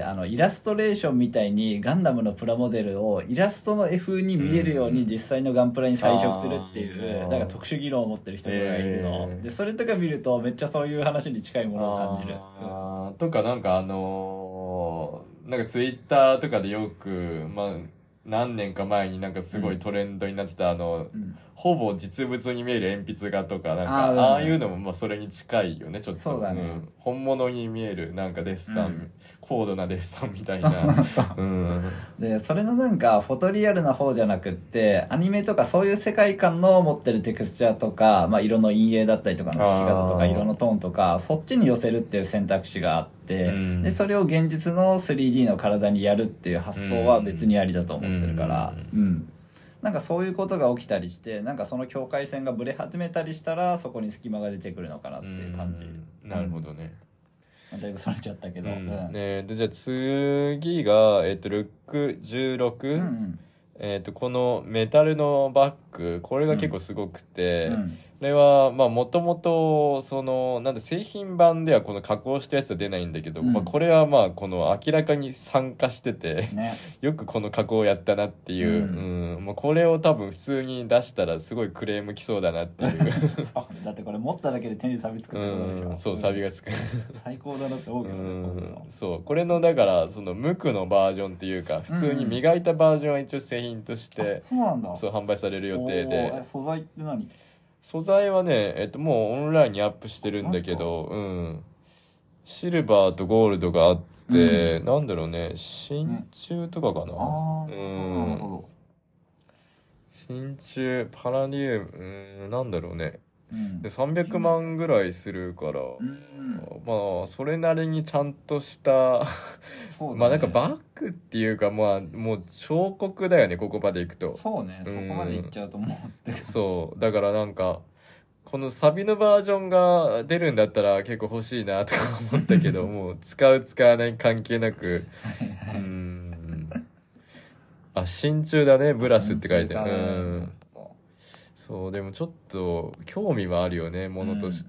イラストレーションみたいにガンダムのプラモデルをイラストの絵風に見えるように実際のガンプラに彩色するっていう、なんか特殊技能を持ってる人がいるの、でそれとか見るとめっちゃそういう話に近いものを感じる。 とかなんかなんかツイッターとかでよくまあ何年か前になんかすごいトレンドになってたほぼ実物に見える鉛筆画とかなんかああいうのもまあそれに近いよね、ちょっと。 そうだね、 本物に見えるなんかデッサン、高度なデッサンみたいな。 でそれのなんかフォトリアルな方じゃなくってアニメとかそういう世界観の持ってるテクスチャーとか、まあ、色の陰影だったりとかの付き方とか色のトーンとかそっちに寄せるっていう選択肢があって、でそれを現実の 3D の体にやるっていう発想は別にありだと思ってるから、なんかそういうことが起きたりしてなんかその境界線がブレ始めたりしたらそこに隙間が出てくるのかなっていう感じ。 なるほどね。 だいぶそれちゃったけど、 でじゃあ次が、ルック16、このメタルのバッグ、これが結構すごくて、これはまあもともとそのなんだ製品版ではこの加工したやつは出ないんだけど、まあ、これはまあこの明らかに参加してて、よくこの加工をやったなっていう、もうこれを多分普通に出したらすごいクレームきそうだなっていうだってこれ持っただけで手に錆びつくってことでしょ。 そう錆びがつく最高だなって思うけどね。 そうこれのだからその無垢のバージョンっていうか普通に磨いたバージョンは一応製品として、 そうなんだ。 そう販売される予定で。 素材って何？ 素材はね、もうオンラインにアップしてるんだけど、シルバーとゴールドがあって、なんだろうね、真鍮とかかな。なるほど。真鍮、パラディウム、なんだろうね。で300万ぐらいするから、まあそれなりにちゃんとしたまあなんかバッグっていうかまあもう彫刻だよね、ここまでいくと。 そうね、そこまでいっちゃうと思ってそうだからなんかこのサビのバージョンが出るんだったら結構欲しいなとか思ったけどもう使う使わない関係なく真鍮だね、ブラスって書いてある。そうでもちょっと興味はあるよね、ものとして。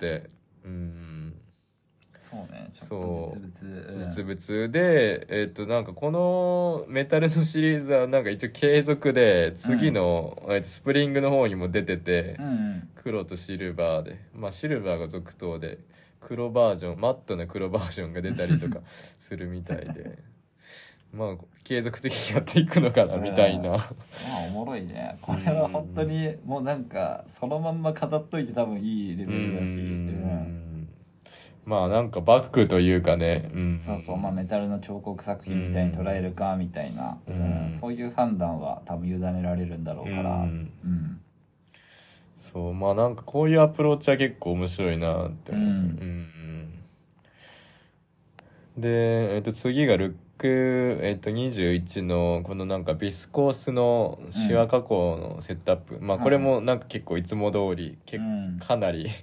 そうね、ちょっと実物でなんかこのメタルのシリーズはなんか一応継続で次の、スプリングの方にも出てて、黒とシルバーで、まあシルバーが続投で黒バージョン、マットな黒バージョンが出たりとかするみたいでまあ継続的にやっていくのかなみたいな。 まあおもろいね。これは本当にもうなんかそのまんま飾っといて多分いいレベルだし、 まあなんかバッグというかね、 そうそう、まあメタルの彫刻作品みたいに捉えるかみたいな、そういう判断は多分委ねられるんだろうから、 そうまあなんかこういうアプローチは結構面白いなって思う。 で、次がルック、21のこのなんかビスコースのシワ加工のセットアップ、まあこれもなんか結構いつも通りかなり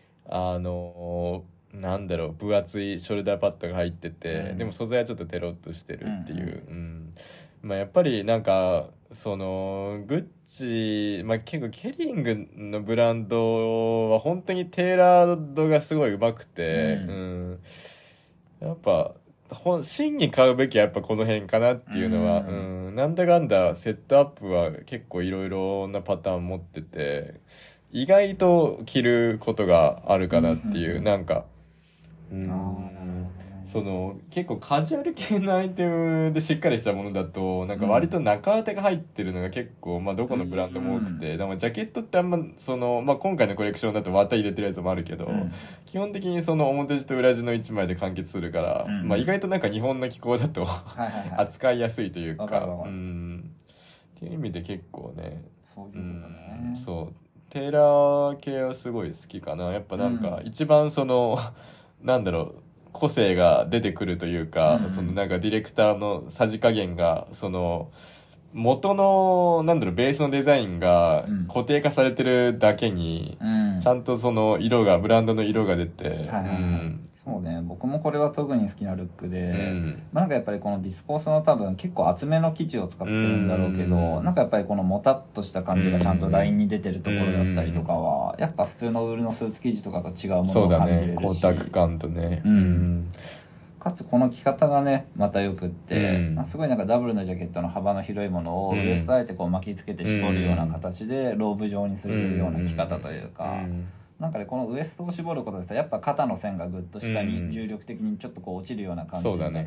なんだろう、分厚いショルダーパッドが入ってて、でも素材はちょっとテロッとしてるっていう、まあやっぱりなんかそのグッチ、まあ結構ケリングのブランドは本当にテーラードがすごい上手くて、やっぱ真に買うべきはやっぱこの辺かなっていうのは、なんだかんだセットアップは結構いろいろなパターン持ってて、意外と着ることがあるかなっていう、なんかその結構カジュアル系のアイテムでしっかりしたものだとなんか割と中当てが入ってるのが結構、まあどこのブランドも多くて、でもジャケットってあんまその、まあ今回のコレクションだと綿入れてるやつもあるけど、基本的にその表地と裏地の1枚で完結するから、まあ意外となんか日本の気候だと扱いやすいというか、っていう意味で結構ね、 そういうことね、 そうテーラー系はすごい好きかな。やっぱなんか一番そのなんだろう、個性が出てくるというか、そのなんかディレクターのさじ加減がその元のなんだろうベースのデザインが固定化されてるだけに、ちゃんとその色がブランドの色が出て、 そうね、僕もこれは特に好きなルックで、まあ、なんかやっぱりこのビスコースの多分結構厚めの生地を使ってるんだろうけど、なんかやっぱりこのもたっとした感じがちゃんとラインに出てるところだったりとかは、やっぱ普通のウールのスーツ生地とかと違うものを感じれるし、 光沢感とね、 かつこの着方がねまたよくって、まあ、すごいなんかダブルのジャケットの幅の広いものをウエストあえてこう巻きつけて絞るような形でローブ状にするような着方というか、なんかねこのウエストを絞ることですとやっぱ肩の線がぐっと下に重力的にちょっとこう落ちるような感じになって、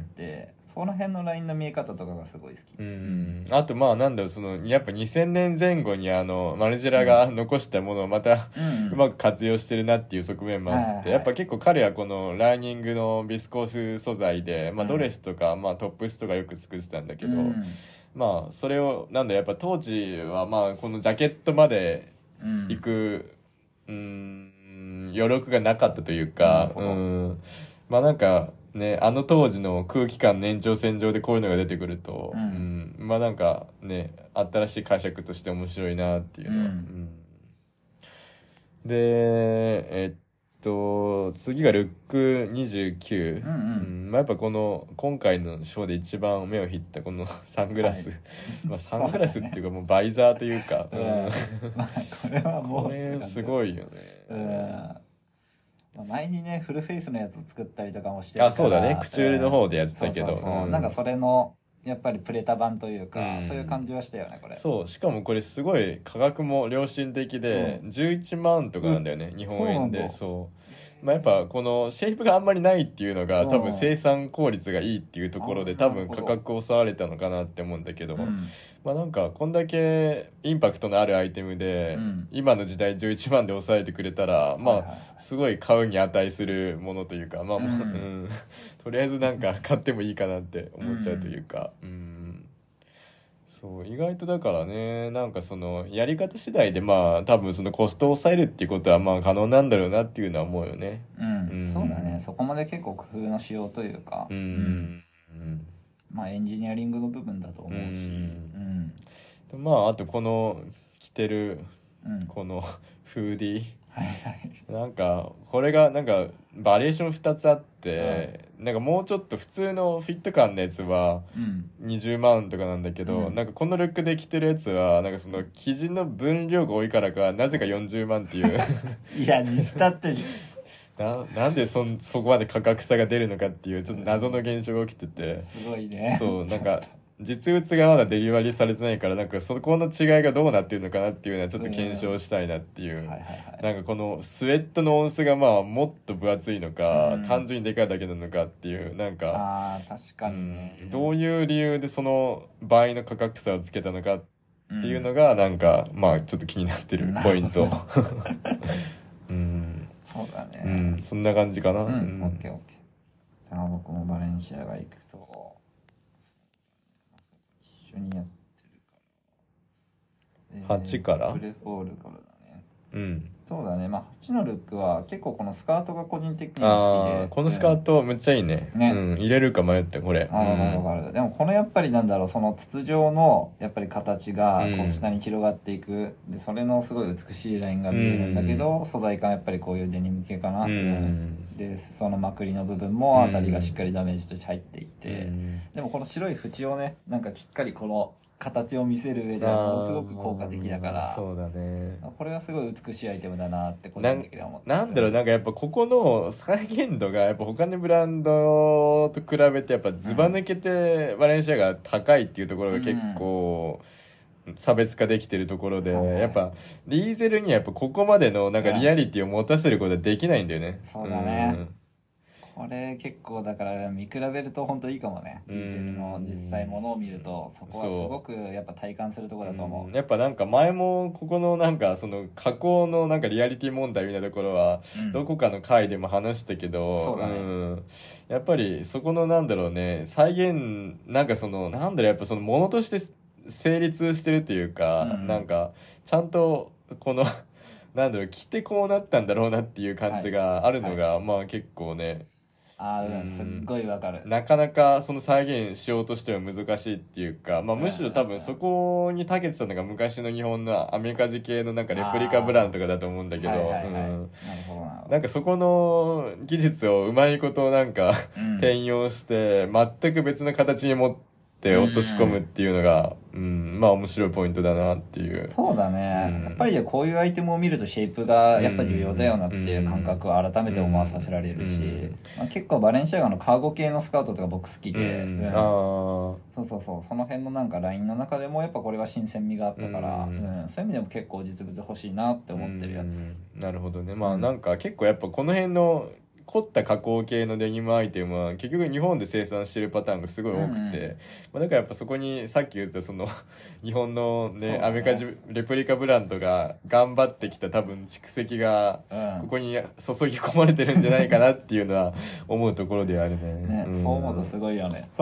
その辺のラインの見え方とかがすごい好き。 あとまあなんだろう、そのやっぱ2000年前後にマルジェラが残したものをまたうまく活用してるなっていう側面もあって、やっぱ結構彼はこのラーニングのビスコース素材で、まあ、ドレスとか、まあ、トップスとかよく作ってたんだけど、まあそれをなんだやっぱ当時はまあこのジャケットまで行く余力がなかったというか、まあなんかね、あの当時の空気感年長線上でこういうのが出てくると、まあなんかね新しい解釈として面白いなっていうのは、で次がルック29、まあ、やっぱこの今回のショーで一番目を引ったこのサングラス、まあサングラスっていうかもうバイザーというか、 まあこれはもうこれすごいよね。 前にねフルフェイスのやつを作ったりとかもしてるから、 そうだね、口売りの方でやってたけど、 なんかそれのやっぱりプレタ版というか、そういう感じはしたよねこれ。 そう、しかもこれすごい価格も良心的で、11万とかなんだよね、日本円で。まあやっぱこのシェイプがあんまりないっていうのが多分生産効率がいいっていうところで多分価格を抑われたのかなって思うんだけど、まあなんかこんだけインパクトのあるアイテムで、今の時代11万で抑えてくれたら、まあすごい買うに値するものというか、まあとりあえずなんか買ってもいいかなって思っちゃうというか、そう意外とだからね、なんかそのやり方次第でまあ多分そのコストを抑えるっていうことはまあ可能なんだろうなっていうのは思うよね。 そうだね、そこまで結構工夫のしようというか、まあエンジニアリングの部分だと思うし、 まああとこの着てるこのフーディー、なんかこれがなんかバリエーション2つあって、なんかもうちょっと普通のフィット感のやつは20万とかなんだけど、なんかこのルックで着てるやつはなんかその生地の分量が多いからかなぜか40万っていういやにしたってなんでそこまで価格差が出るのかっていうちょっと謎の現象が起きてて、 すごいね。 そうなんか実物がまだデリバリーされてないから、なんかそこの違いがどうなってるのかなっていうのはちょっと検証したいなっていう、なんかこのスウェットの音数がまあもっと分厚いのか、単純にでかいだけなのかっていう、なんか確かにね、 どういう理由でその倍の価格差をつけたのかっていうのがなんかまあちょっと気になってるポイント。 そうだね、 そんな感じかな。 オッケーオッケー。じゃあ僕もバレンシアが行くと一緒にやってるから、 8からプレフォールからだね。 うん、 そうだね。まあ8のルックは結構このスカートが個人的には好きで、 このスカートめっちゃいいね。 ね、 うん、入れるか迷ってこれ。 わかる。でもこのやっぱりなんだろう、その筒状のやっぱり形がこう下に広がっていく、でそれのすごい美しいラインが見えるんだけど、素材感やっぱりこういうデニム系かな、で裾のまくりの部分もあたりがしっかりダメージとして入っていて、でもこの白い縁をね、なんかしっかりこの形を見せる上ではものすごく効果的だから、 そうだね、 これはすごい美しいアイテムだなって個人的には思って。 なんだろう、なんかやっぱここの再現度がやっぱ他のブランドと比べてやっぱずば抜けてバレンシアが高いっていうところが結構差別化できてるところで、やっぱディーゼルにはやっぱここまでのなんかリアリティを持たせることはできないんだよね。 そうだね、これ結構だから見比べると本当いいかもね。ディーゼルの実際ものを見るとそこはすごくやっぱ体感するところだと思う。 やっぱなんか前もここのなんかその加工のなんかリアリティ問題みたいなところはどこかの回でも話したけど、やっぱりそこのなんだろうね、再現なんかそのなんだろう、やっぱそのものとして成立してるというか、なんかちゃんとこのなんだろう、着てこうなったんだろうなっていう感じがあるのが、まあ結構ね、 すっごいわかる。 なかなかその再現しようとしては難しいっていうか、まあ、むしろ多分そこに長けてたのが昔の日本のアメカジ系のなんかレプリカブランドとかだと思うんだけど、なんかそこの技術をうまいことなんか転用して全く別の形に持って落とし込むっていうのが、まあ面白いポイントだなっていう。 そうだね、やっぱりこういうアイテムを見るとシェイプがやっぱ重要だよなっていう感覚を改めて思わさせられるし、まあ、結構バレンシアガのカーゴ系のスカートとか僕好きで、そうその辺のなんかラインの中でもやっぱこれは新鮮味があったから、そういう意味でも結構実物欲しいなって思ってるやつ。 なるほどね。まあなんか結構やっぱこの辺の凝った加工系のデニムアイテムは結局日本で生産してるパターンがすごい多くて、まあ、だからやっぱそこにさっき言ったその日本のねアメカジレプリカブランドが頑張ってきた多分蓄積がここに注ぎ込まれてるんじゃないかなっていうのは思うところではあるね。 そう思うとすごいよね。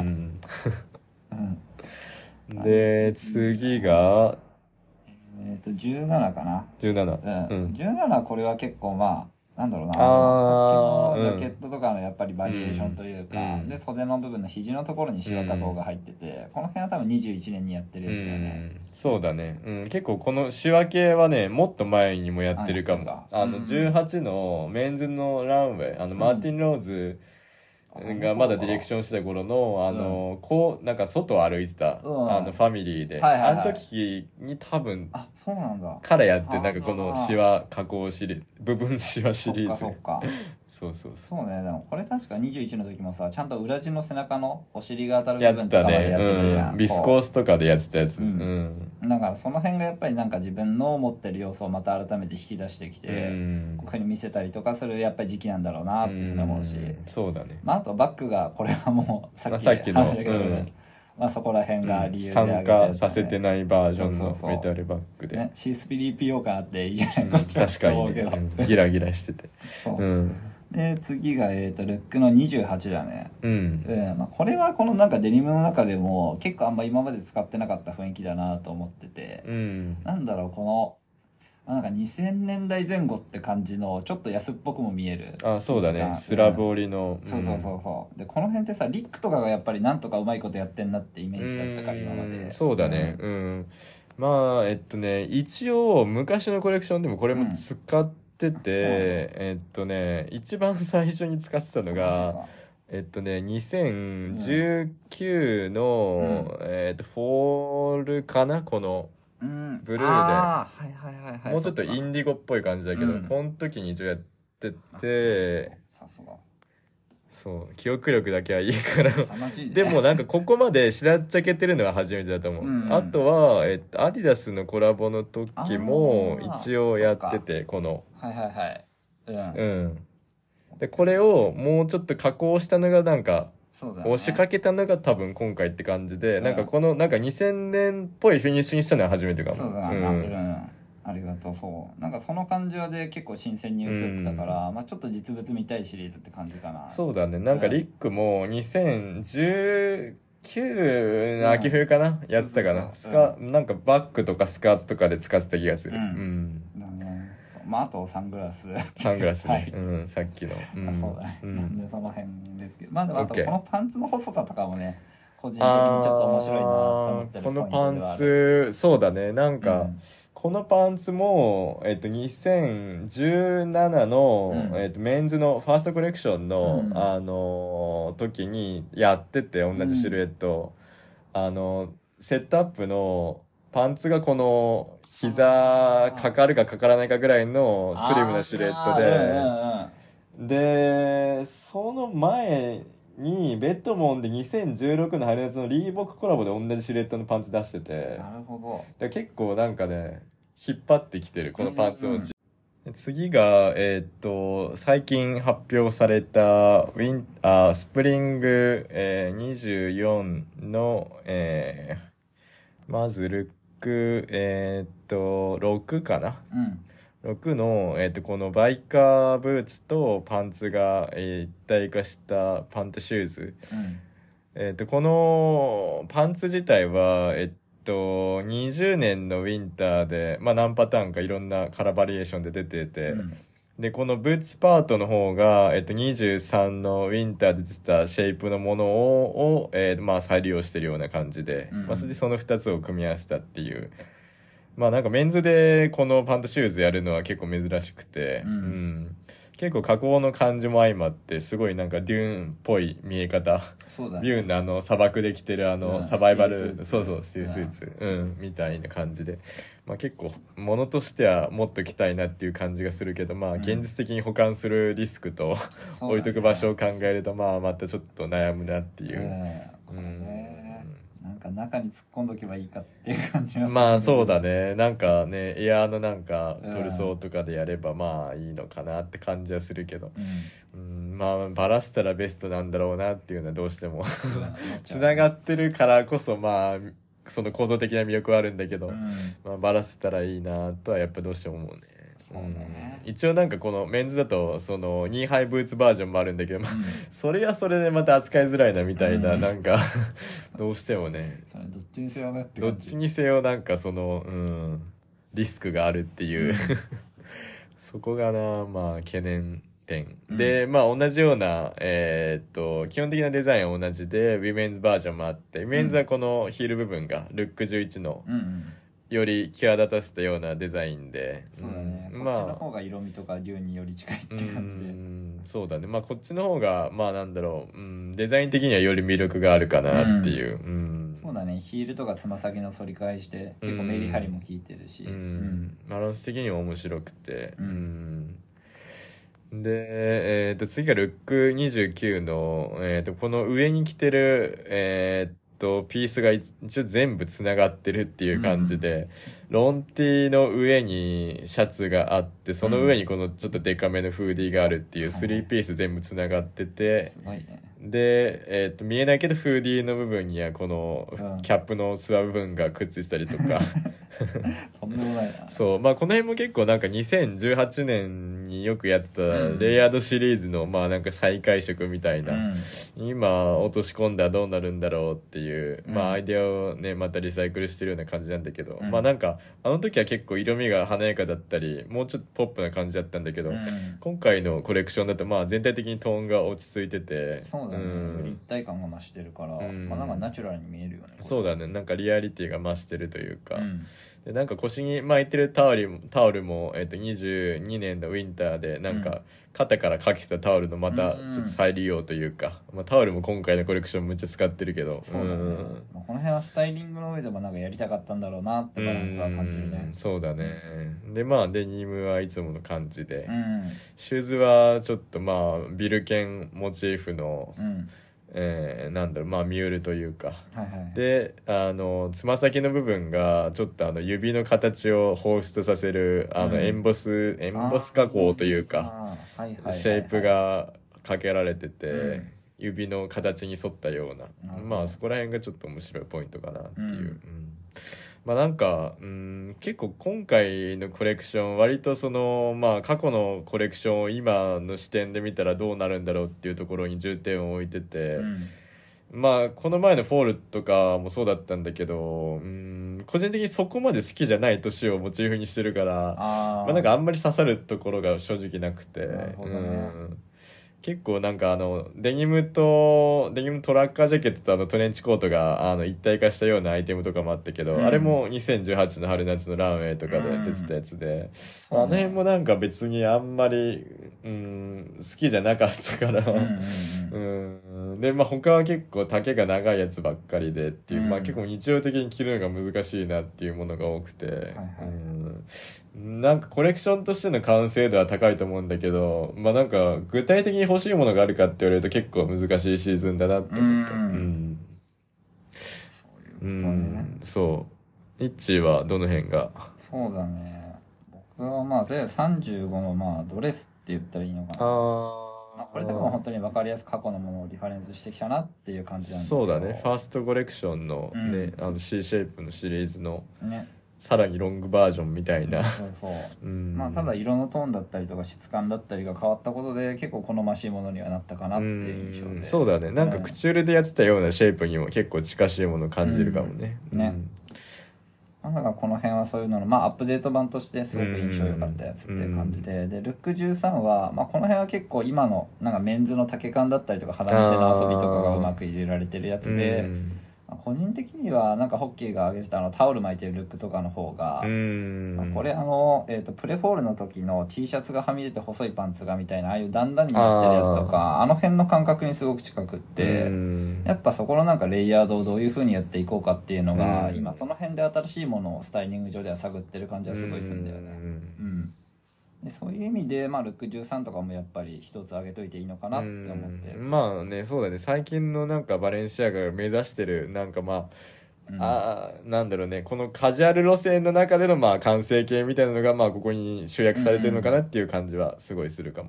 で次が 17かな。 17、 これは結構まあなんだろうな、さっきのジャケットとかのやっぱりバリエーションというか、で袖の部分の肘のところにシワ加工が入ってて、この辺は多分21年にやってるやつだよね。 そうだね、結構このシワ系はねもっと前にもやってるかも。18のメンズのランウェイ、マーティン・ローズがまだディレクションしてた頃のこうなんか外を歩いてたファミリーで、あの時に多分からやってなんかこのシワ加工シリーズ、部分シワシリーズ。 そうね。でもこれ確か21の時もさ、ちゃんと裏地の背中のお尻が当たる部分とかまでやってたね。ビスコースとかでやってたやつ。 だからその辺がやっぱりなんか自分の持ってる要素をまた改めて引き出してきて、こういうふうに見せたりとかするやっぱり時期なんだろうなっていうふうに思うし、 そうだね。 まああとバッグがこれはもうさっきの話だけど、まあそこら辺が理由で参加させてないバージョンのメタルバッグで、 シースピリ PO 感あっていいじゃないか。確かにギラギラしてて。 で次がルックの28だね。まあ、これはこのなんかデニムの中でも結構あんま今まで使ってなかった雰囲気だなと思ってて、なんだろう、このなんか2000年代前後って感じのちょっと安っぽくも見える。 そうだね、スラブ織りの。 でこの辺ってさリックとかがやっぱりなんとかうまいことやってんなってイメージだったから今まで。 そうだね。まあ一応昔のコレクションでもこれも使ってて、一番最初に使ってたのが2019のフォールかな、このブルーでもうちょっとインディゴっぽい感じだけど、この時に一応やってて、そう記憶力だけはいいからでもなんかここまでしらっちゃけてるのは初めてだと思う。あとはアディダスのコラボの時も一応やってて、このでこれをもうちょっと加工したのがなんか押しかけたのが多分今回って感じで、なんかこのなんか2000年っぽいフィニッシュにしたのは初めてかも。 ありがとう。そうなんかその感じはで結構新鮮に映ったから、まあちょっと実物見たいシリーズって感じかな。 そうだね。なんかリックも2019の秋冬かな、やってたかな。なんかバッグとかスカートとかで使ってた気がする。 まああとサングラスね、 はい、 うん、さっきの、 まあ、そうだね、 うん、 なんでその辺ですけど、まあでもあと OK このパンツの細さとかもね個人的にちょっと面白いなと思ってるポイントではある。 このパンツそうだね、なんか、 うんこのパンツも、2017の、メンズのファーストコレクションの、時にやってて、同じシルエット、セットアップのパンツがこの膝かかるかかからないかぐらいのスリムなシルエットで、その前にベッドモンで2016の春夏のリーボックコラボで同じシルエットのパンツ出してて、 なるほど。 だ結構なんかね引っ張ってきてるこのパンツを、次が最近発表されたスプリング、24の、まずルック6かな、6の、このバイカーブーツとパンツが、一体化したパントシューズ、このパンツ自体は20年のウィンターで、まあ、何パターンかいろんなカラーバリエーションで出てて、でこのブーツパートの方が、23のウィンターで出てたシェイプのものを、まあ、再利用してるような感じで、まあ、それでその2つを組み合わせたっていう。まあなんかメンズでこのパントシューズやるのは結構珍しくて、結構加工の感じも相まってすごいなんかデューンっぽい見え方、 そうだね、 デューンの砂漠で着てるサバイバル、そうそうスティールスーツ、みたいな感じで、まあ、結構物としてはもっと着たいなっていう感じがするけど、まあ現実的に保管するリスクと、置いとく場所を考えるとまあまたちょっと悩むなっていう、 なんか中に突っ込んどけばいいかっていう感じはまあそうだね、なんかねエアーのなんかトルソーとかでやればまあいいのかなって感じはするけど、まあバラせたらベストなんだろうなっていうのはどうしてもつながってるからこそまあその構造的な魅力はあるんだけど、まあ、バラせたらいいなとはやっぱどうしても思うね。一応なんかこのメンズだとそのニーハイブーツバージョンもあるんだけど、それはそれでまた扱いづらいなみたいな、なんかどうしてもねどっちにせよねってどっちにせよなんかそのリスクがあるっていうそこがなまあ懸念点、でまあ同じような基本的なデザインは同じでウィメンズバージョンもあって、ウィメンズはこのヒール部分がルック11のより際立たせたようなデザインで、 そうだね、こっちの方が色味とか竜により近いって感じで、 そうだね、まあこっちの方がまあなんだろう、デザイン的にはより魅力があるかなっていう、 そうだね、ヒールとかつま先の反り返しで結構メリハリも効いてるし、 バランス的には面白くて、で、次がルック29の、この上に着てるピースが一応全部つながってるっていう感じで、ロンティの上にシャツがあって、その上にこのちょっとデカめのフーディーがあるっていう3ピース全部つながってて、 すごいね。 で、見えないけどフーディーの部分にはこのキャップのスワ部分がくっついてたりとかとんでもないな。 そう、まあこの辺も結構なんか2018年によくやったレイヤードシリーズのまあなんか再解釈みたいな、今落とし込んだらどうなるんだろうっていう、まあアイデアをねまたリサイクルしてるような感じなんだけど、まあなんかあの時は結構色味が華やかだったりもうちょっとポップな感じだったんだけど、今回のコレクションだとまあ全体的にトーンが落ち着いてて、 そうだね、立体感が増してるから、まあなんかナチュラルに見えるよね。 そうだね、なんかリアリティが増してるというか、でなんか腰に巻いてるタオルも、22年のウィンターでなんか肩からかけてたタオルのまたちょっと再利用というか、まあ、タオルも今回のコレクションめっちゃ使ってるけど、 そうだね、この辺はスタイリングの上でもなんかやりたかったんだろうなってバランスは感じるね。 そうだね、でまあデニムはいつもの感じで、シューズはちょっとまあビルケンモチーフの、なんだろう、まあミュールというか、でつま先の部分がちょっと指の形を放出させるエンボス加工というか、シェイプがかけられてて、指の形に沿ったような、まあそこら辺がちょっと面白いポイントかなっていう、まあなんか結構今回のコレクション割とそのまあ過去のコレクションを今の視点で見たらどうなるんだろうっていうところに重点を置いてて、 まあこの前のフォールとかもそうだったんだけど、個人的にそこまで好きじゃない年をモチーフにしてるから、まあなんかあんまり刺さるところが正直なくて、 なるほどね。 結構なんかデニムトラッカージャケットとトレンチコートが一体化したようなアイテムとかもあったけど、あれも2018の春夏のランウェイとかで出てたやつで、あの辺もなんか別にあんまり好きじゃなかったからでまあ他は結構丈が長いやつばっかりでっていう、まあ結構日常的に着るのが難しいなっていうものが多くて、なんかコレクションとしての完成度は高いと思うんだけど、まあなんか具体的に欲しいものがあるかって言われると結構難しいシーズンだなって思った。 そういうことね。 そうイッチーはどの辺が？ そうだね、僕はまあで35のまあドレスって言ったらいいのかな。まあ、これでも本当に分かりやすく過去のものをリファレンスしてきたなっていう感じなんだけど。 そうだね、ファーストコレクションのね、C シェイプのシリーズのね、 さらにロングバージョンみたいな。 そうそう、まあただ色のトーンだったりとか質感だったりが変わったことで結構好ましいものにはなったかなっていう印象で。 そうだね、なんかクチュールでやってたようなシェイプにも結構近しいものを感じるかもね。 だからこの辺はそういうのの、まあ、アップデート版としてすごく印象良かったやつっていう感じで、でルック13は、まあ、この辺は結構今のなんかメンズの丈感だったりとか肌見せの遊びとかがうまく入れられてるやつで、個人的にはなんかホッケーが上げてたタオル巻いてるルックとかの方が、これプレフォールの時の T シャツがはみ出て細いパンツがみたいなああいう段々になってるやつとかあの辺の感覚にすごく近くって、やっぱそこのなんかレイヤードをどういう風にやっていこうかっていうのが、今その辺で新しいものをスタイリング上では探ってる感じはすごいするんだよね。でそういう意味で、まあ、ルック13とかもやっぱり一つ上げといていいのかなって思って。 まあね、そうだね、最近のなんかバレンシアガが目指してるなんかまあ、なんだろうね、このカジュアル路線の中でのまあ完成形みたいなのがまあここに集約されてるのかなっていう感じはすごいするかも。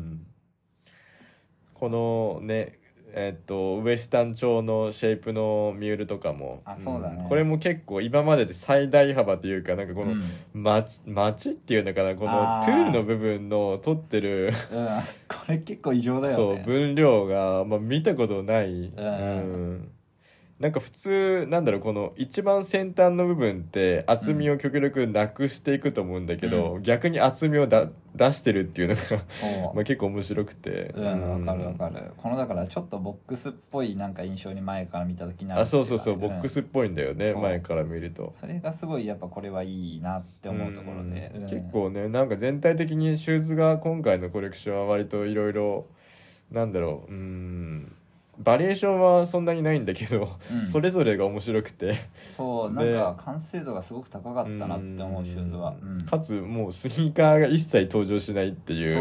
このねウエスタン調のシェイプのミュールとかも、 そうだね、 これも結構今までで最大幅というか、なんかこの街っていうのかな、このトゥールの部分の取ってるこれ結構異常だよね。 そう分量が、まあ、見たことない。なんか普通なんだろう、この一番先端の部分って厚みを極力なくしていくと思うんだけど、逆に厚みを出してるっていうのがまあ結構面白くて、 わかるわかる。このだからちょっとボックスっぽいなんか印象に前から見た時になる。 そうボックスっぽいんだよね、前から見ると。 それがすごいやっぱこれはいいなって思うところで、 結構ね、なんか全体的にシューズが今回のコレクションは割といろいろなんだろう、バリエーションはそんなにないんだけど、それぞれが面白くて、 そうなんか完成度がすごく高かったなって思うシューズは、 かつもうスニーカーが一切登場しないっていう、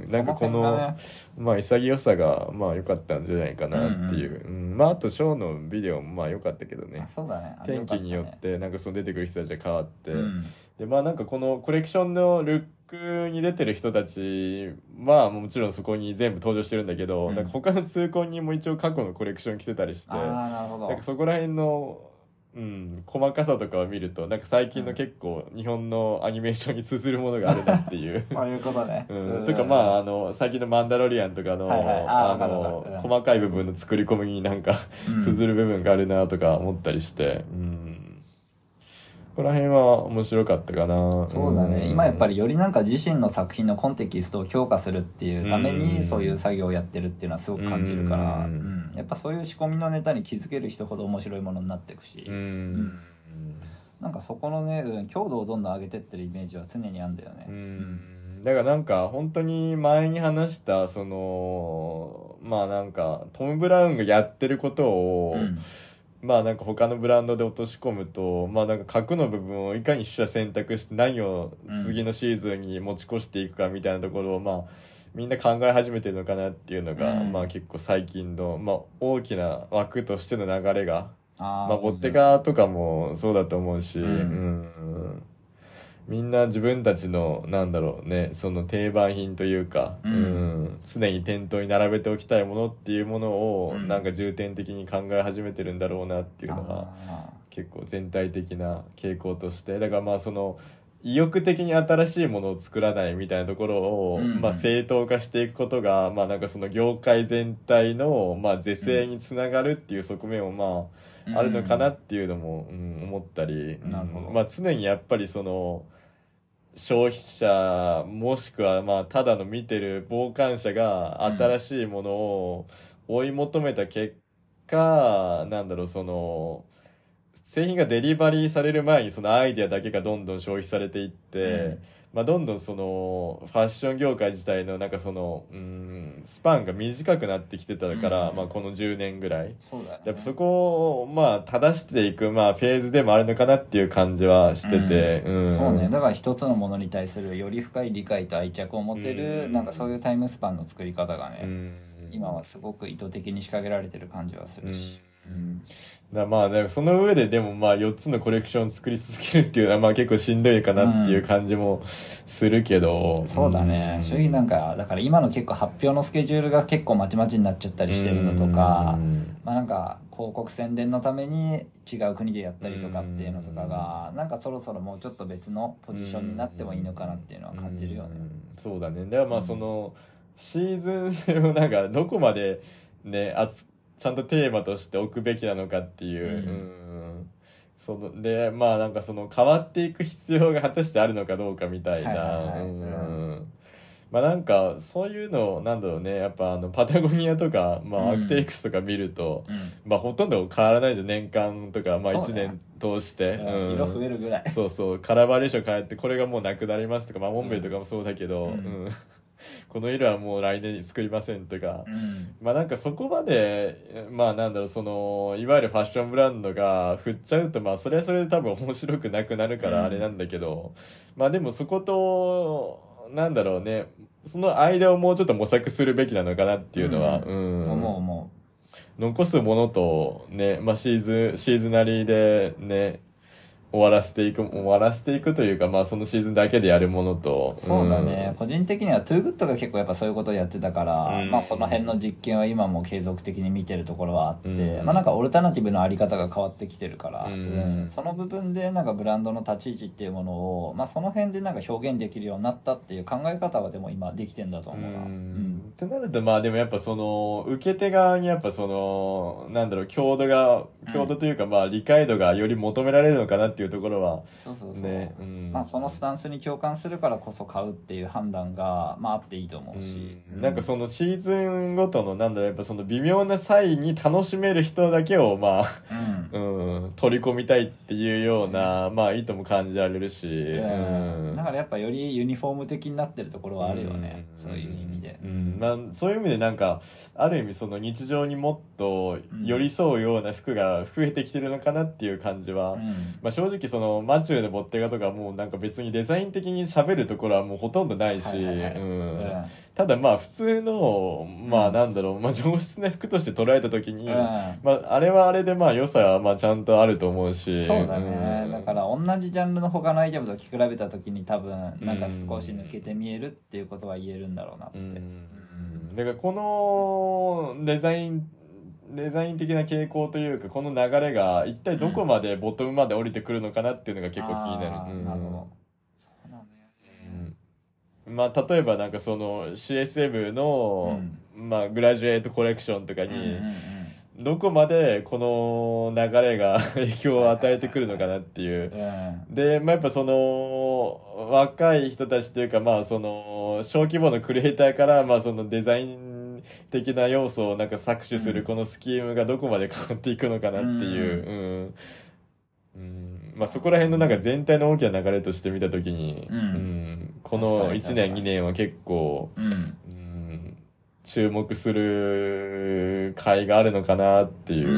なんかこのまあ潔さがまあ良かったんじゃないかなっていう、まああとショーのビデオもまあ良かったけどね。 そうだね、 天気によってなんかその出てくる人たちが変わって、でまあなんかこのコレクションのルックに出てる人たちはもちろんそこに全部登場してるんだけど、なんか他の通行人も一応過去のコレクション着てたりして、なんかそこら辺の細かさとかを見るとなんか最近の結構日本のアニメーションに通ずるものがあるなっていうそういうことね。 とかまあ最近のマンダロリアンとかの細かい部分の作り込みになんか通ずる部分があるなとか思ったりして、ここら辺は面白かったかな。 そうだね、今やっぱりよりなんか自身の作品のコンテキストを強化するっていうためにそういう作業をやってるっていうのはすごく感じるから、やっぱそういう仕込みのネタに気づける人ほど面白いものになっていくし、なんかそこのね、強度をどんどん上げてってるイメージは常にあるんだよね。 だからなんか本当に前に話したそのまあなんかトム・ブラウンがやってることを、まあなんか他のブランドで落とし込むと、まあなんか核の部分をいかに取捨選択して何を次のシーズンに持ち越していくかみたいなところをまあみんな考え始めてるのかなっていうのが、まあ結構最近のまあ大きな枠としての流れが、まあボッテガとかもそうだと思うし、みんな自分たちのなんだろうね、その定番品というか、常に店頭に並べておきたいものっていうものをなんか重点的に考え始めてるんだろうなっていうのが結構全体的な傾向として、だからまあその意欲的に新しいものを作らないみたいなところを、まあ、正当化していくことが、まあ、なんかその業界全体の、まあ、是正につながるっていう側面もまあ、あるのかなっていうのも、思ったり、まあ、常にやっぱりその消費者もしくはまあただの見てる傍観者が新しいものを追い求めた結果、なんだろう、その製品がデリバリーされる前にそのアイデアだけがどんどん消費されていって、まあ、どんどんそのファッション業界自体のなんかそのスパンが短くなってきてたから、まあ、この10年ぐらいそうだよね、 やっぱそこをまあ正していくまあフェーズでもあるのかなっていう感じはしてて、 そうね、だから一つのものに対するより深い理解と愛着を持てる、なんかそういうタイムスパンの作り方がね、今はすごく意図的に仕掛けられてる感じはするし、 まあその上ででもまあ4つのコレクション作り続けるっていうのはまあ結構しんどいかなっていう感じもするけど、 そうだね、正直なんかだから今の結構発表のスケジュールが結構まちまちになっちゃったりしてるのとか、まあなんか広告宣伝のために違う国でやったりとかっていうのとかがなんかそろそろもうちょっと別のポジションになってもいいのかなっていうのは感じるよね。 そうだね。だからまあそのシーズン性をなんかどこまでねちゃんとテーマとして置くべきなのかっていう、そのでまあなんかその変わっていく必要が果たしてあるのかどうかみたいな、まあなんかそういうのなんだろうね、やっぱパタゴニアとか、まあ、アークテイクスとか見ると、まあほとんど変わらないじゃん、年間とか、まあ1年通して、 色増えるぐらい、 そうそう、カラーバリエーション変えてこれがもうなくなりますとか、まあモンベルとかもそうだけど、この色はもう来年に作りませんとか、まあなんかそこまでまあなんだろう、そのいわゆるファッションブランドが振っちゃうと、まあそれはそれで多分面白くなくなるからあれなんだけど、まあでもそことなんだろうね、その間をもうちょっと模索するべきなのかなっていうのは、 思う残すものとね、まあシーズナリーでね終わらせていくというか、まあそのシーズンだけでやるものと。 そうだね。個人的にはトゥーグッドが結構やっぱそういうことをやってたから、まあその辺の実験は今も継続的に見てるところはあって、まあなんかオルタナティブのあり方が変わってきてるから、その部分でなんかブランドの立ち位置っていうものを、まあその辺でなんか表現できるようになったっていう考え方はでも今できてんだと思うな。 ってなるとまあでもやっぱその受け手側にやっぱそのなんだろう、強度というかまあ理解度がより求められるのかなっていうところはね、 まあそのスタンスに共感するからこそ買うっていう判断がまああっていいと思うし、 なんかそのシーズンごとのなんだろう、やっぱその微妙な際に楽しめる人だけをまあ、取り込みたいっていうようなまあ意図も感じられるし、 だからやっぱよりユニフォーム的になってるところはあるよね、そういう意味で。 まあそういう意味でなんかある意味その日常にもっと寄り添うような服が増えてきてるのかなっていう感じは、まあ正直そのマチューのボッテガとかもうなんか別にデザイン的に喋るところはもうほとんどないし、ただまあ普通のまあなんだろう、まあ上質な服として捉えた時に、まああれはあれでまあ良さはまあちゃんとあると思うし、 そうだね、だから同じジャンルの他のアイテムと比べた時に多分なんか少し抜けて見えるっていうことは言えるんだろうなって、 だからこのデザイン的な傾向というかこの流れが一体どこまでボトムまで降りてくるのかなっていうのが結構気になる。 なるほど、そうなんだよね。 まあ例えばなんかその CSM の、まあグラジュエートコレクションとかにどこまでこの流れが影響を与えてくるのかなっていう、で、まあ、やっぱその若い人たちというかまあその小規模のクリエイターからまあそのデザイン的な要素をなんか搾取するこのスキームがどこまで変わっていくのかなっていう、まあそこら辺のなんか全体の大きな流れとして見たときに、この1年2年は結構、注目する回があるのかなっていう、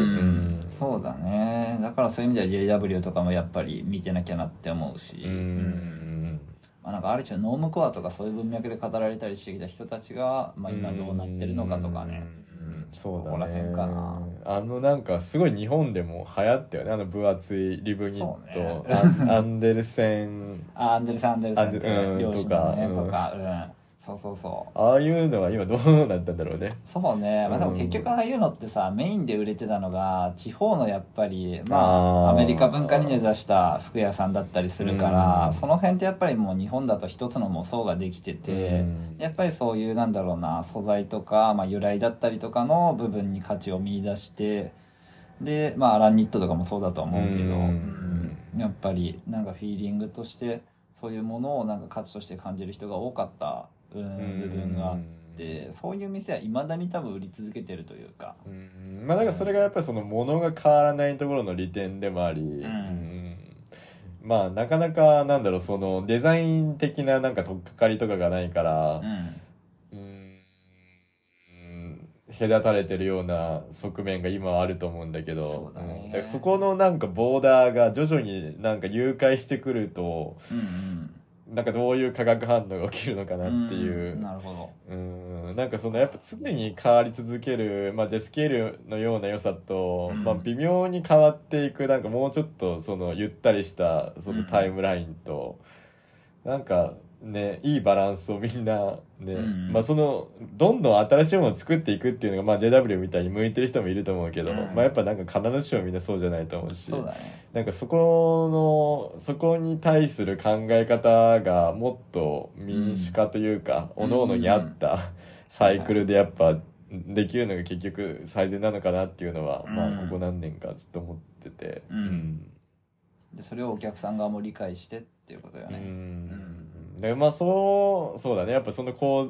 そうだね。だからそういう意味では JW とかもやっぱり見てなきゃなって思うし、まあ、なんかある種ノームコアとかそういう文脈で語られたりしてきた人たちが、まあ、今どうなってるのかとかね、 そうだね、 そこら辺かな。 なんかすごい日本でも流行ったよね、分厚いリブニット、アンデルセンとか、両親のねとか、 そうそうそう。 ああいうのは今どうなったんだろうね。 そうね。まあでも結局ああいうのってさ、メインで売れてたのが、地方のやっぱり、まあ、アメリカ文化に根ざした服屋さんだったりするから、その辺ってやっぱりもう日本だと一つのもう層ができてて、やっぱりそういうなんだろうな、素材とか、まあ由来だったりとかの部分に価値を見出して、で、まあアランニットとかもそうだと思うけど、やっぱりなんかフィーリングとして、そういうものをなんか価値として感じる人が多かった部分があって、そういう店はいまだに多分売り続けてるというか、 まあなんかそれがやっぱりその物が変わらないところの利点でもあり、まあなかなかなんだろう、そのデザイン的ななんか取っかかりとかがないから、隔たれてるような側面が今はあると思うんだけど、 そうだね、 だからそこのなんかボーダーが徐々になんか融解してくると、なんかどういう化学反応が起きるのかなっていう、 なるほど。 なんかそのやっぱ常に変わり続ける、まあジェスケールのような良さと、まあ微妙に変わっていくなんかもうちょっとそのゆったりしたそのタイムラインと、なんかね、いいバランスをみんなね、まあそのどんどん新しいものを作っていくっていうのがまあ JW みたいに向いてる人もいると思うけど、まあやっぱなんか必ずしもみんなそうじゃないと思うし、 そうだね、 なんかそこに対する考え方がもっと民主化というか、各々に合ったサイクルでやっぱできるのが結局最善なのかなっていうのは、まあここ何年かずっと思ってて、 でそれをお客さん側も理解してっていうことよね。 でまあそうだね、やっぱその構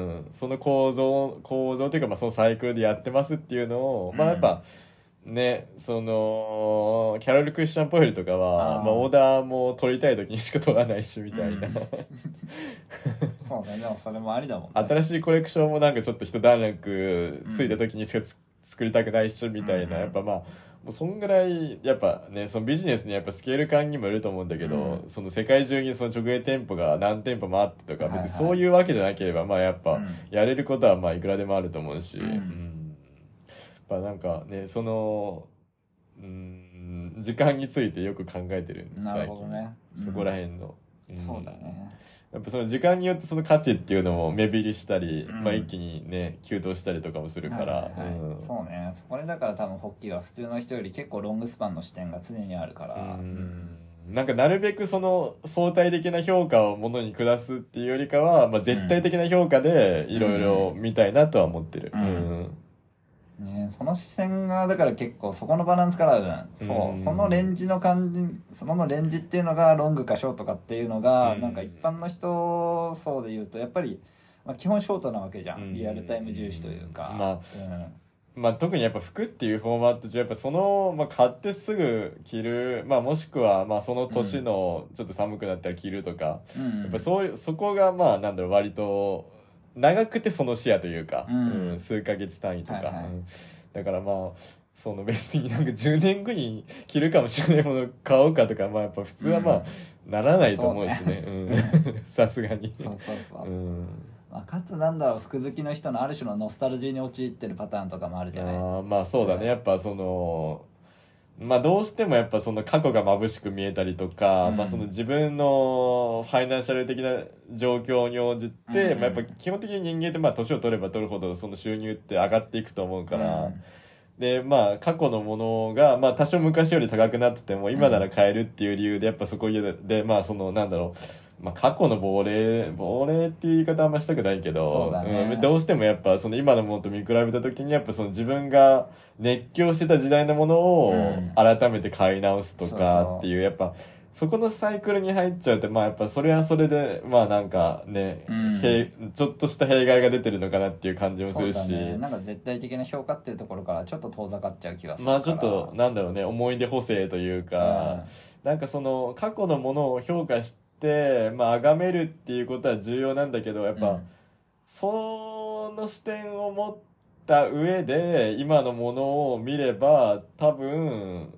造というか、まあそのサイクルでやってますっていうのを、まあやっぱね、そのキャロル・クリスチャン・ポエルとかはまあオーダーも取りたい時にしか取らないしみたいな、 そうね、でもそれもありだもんね。 新しいコレクションもなんかちょっと一段落ついた時にしか作りたくないっしょみたいな、やっぱまあもうそんぐらいやっぱね、そのビジネスにやっぱスケール感にもよると思うんだけど、その世界中にその直営店舗が何店舗もあってとか、別にそういうわけじゃなければまあやっぱやれることはまあいくらでもあると思うし、やっぱなんかね、その時間についてよく考えてるんです。 なるほどね、 そこら辺の、 そうだね。 やっぱその時間によってその価値っていうのも目減りしたり、まあ一気にね急騰したりとかもするから、 そうね、そこでだから多分ホッキーは普通の人より結構ロングスパンの視点が常にあるから、 なんかなるべくその相対的な評価をものに下すっていうよりかは、まあ、絶対的な評価でいろいろ見たいなとは思ってる。 ね、その視線がだから結構そこのバランスからある、そのレンジの感じ、そのレンジっていうのがロングかショートかっていうのが、なんか一般の人層で言うとやっぱり、まあ、基本ショートなわけじゃん、リアルタイム重視というか、 まあ特にやっぱ服っていうフォーマット上やっぱその、まあ、買ってすぐ着る、まあ、もしくはまあその年のちょっと寒くなったら着るとか、やっぱそこがまあなんだろう、割と長くてその視野というか、数ヶ月単位とか、だからまあその別になんか10年後に着るかもしれないものを買おうかとか、まあやっぱ普通はまあならないと思うしね、さすがに。 まあ、かつなんだろう、服好きの人のある種のノスタルジーに陥ってるパターンとかもあるじゃない。 まあそうだね、やっぱそのまあどうしてもやっぱその過去が眩しく見えたりとか、まあその自分のファイナンシャル的な状況に応じて、まあやっぱ基本的に人間ってまあ年を取れば取るほどその収入って上がっていくと思うから、でまあ過去のものがまあ多少昔より高くなってても今なら買えるっていう理由でやっぱそこでまあそのなんだろう、まあ、過去の亡霊っていう言い方はあんましたくないけど、どうしてもやっぱその今のものと見比べた時にやっぱその自分が熱狂してた時代のものを改めて買い直すとかっていう、やっぱそこのサイクルに入っちゃうとまあやっぱそれはそれでまあなんかね、ちょっとした弊害が出てるのかなっていう感じもするし、 なんか絶対的な評価っていうところからちょっと遠ざかっちゃう気がするから、まあちょっとなんだろうね、思い出補正というか、なんかその過去のものを評価してまあ崇めるっていうことは重要なんだけど、やっぱ、その視点を持った上で今のものを見れば多分、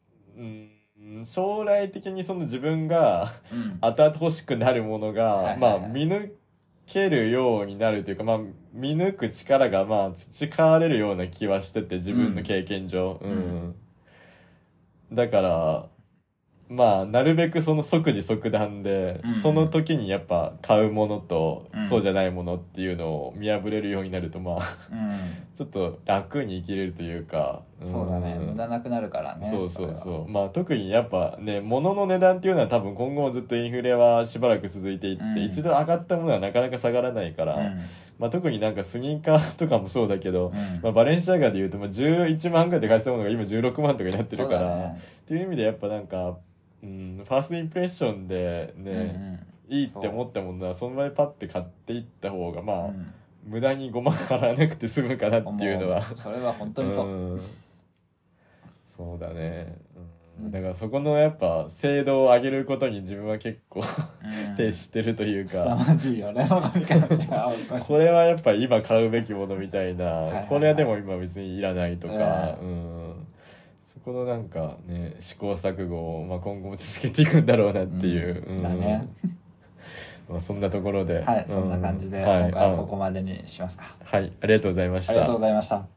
将来的にその自分が後々欲しくなるものが、まあ見抜けるようになるというか、まあ見抜く力がまあ培われるような気はしてて、自分の経験上、だからまあなるべくその即時即断で、その時にやっぱ買うものと、そうじゃないものっていうのを見破れるようになるとまあ、ちょっと楽に生きれるというか、 そうだね、無駄なくなるからね。 そうそうそう。まあ特にやっぱね、物の値段っていうのは多分今後もずっとインフレはしばらく続いていって、一度上がったものはなかなか下がらないから、まあ特になんかスニーカーとかもそうだけど、まあバレンシアガで言うとまあ11万ぐらいで買えてたものが今16万とかになってるから、っていう意味でやっぱなんか、ファーストインプレッションでね、いいって思ったものはその場でパッて買っていった方がまあ、無駄に5万払わなくて済むかなっていうのはそれは本当にそう、 そうだね、だからそこのやっぱ精度を上げることに自分は結構徹してるというか、 凄まじいよね、 これはやっぱ今買うべきものみたいな、これはでも今別にいらないとか、そこのなんかね試行錯誤を、まあ、今後も続けていくんだろうなっていう、 だねまあそんなところで、 はい、そんな感じで今回はここまでにしますか。 はい、ありがとうございました。 ありがとうございました。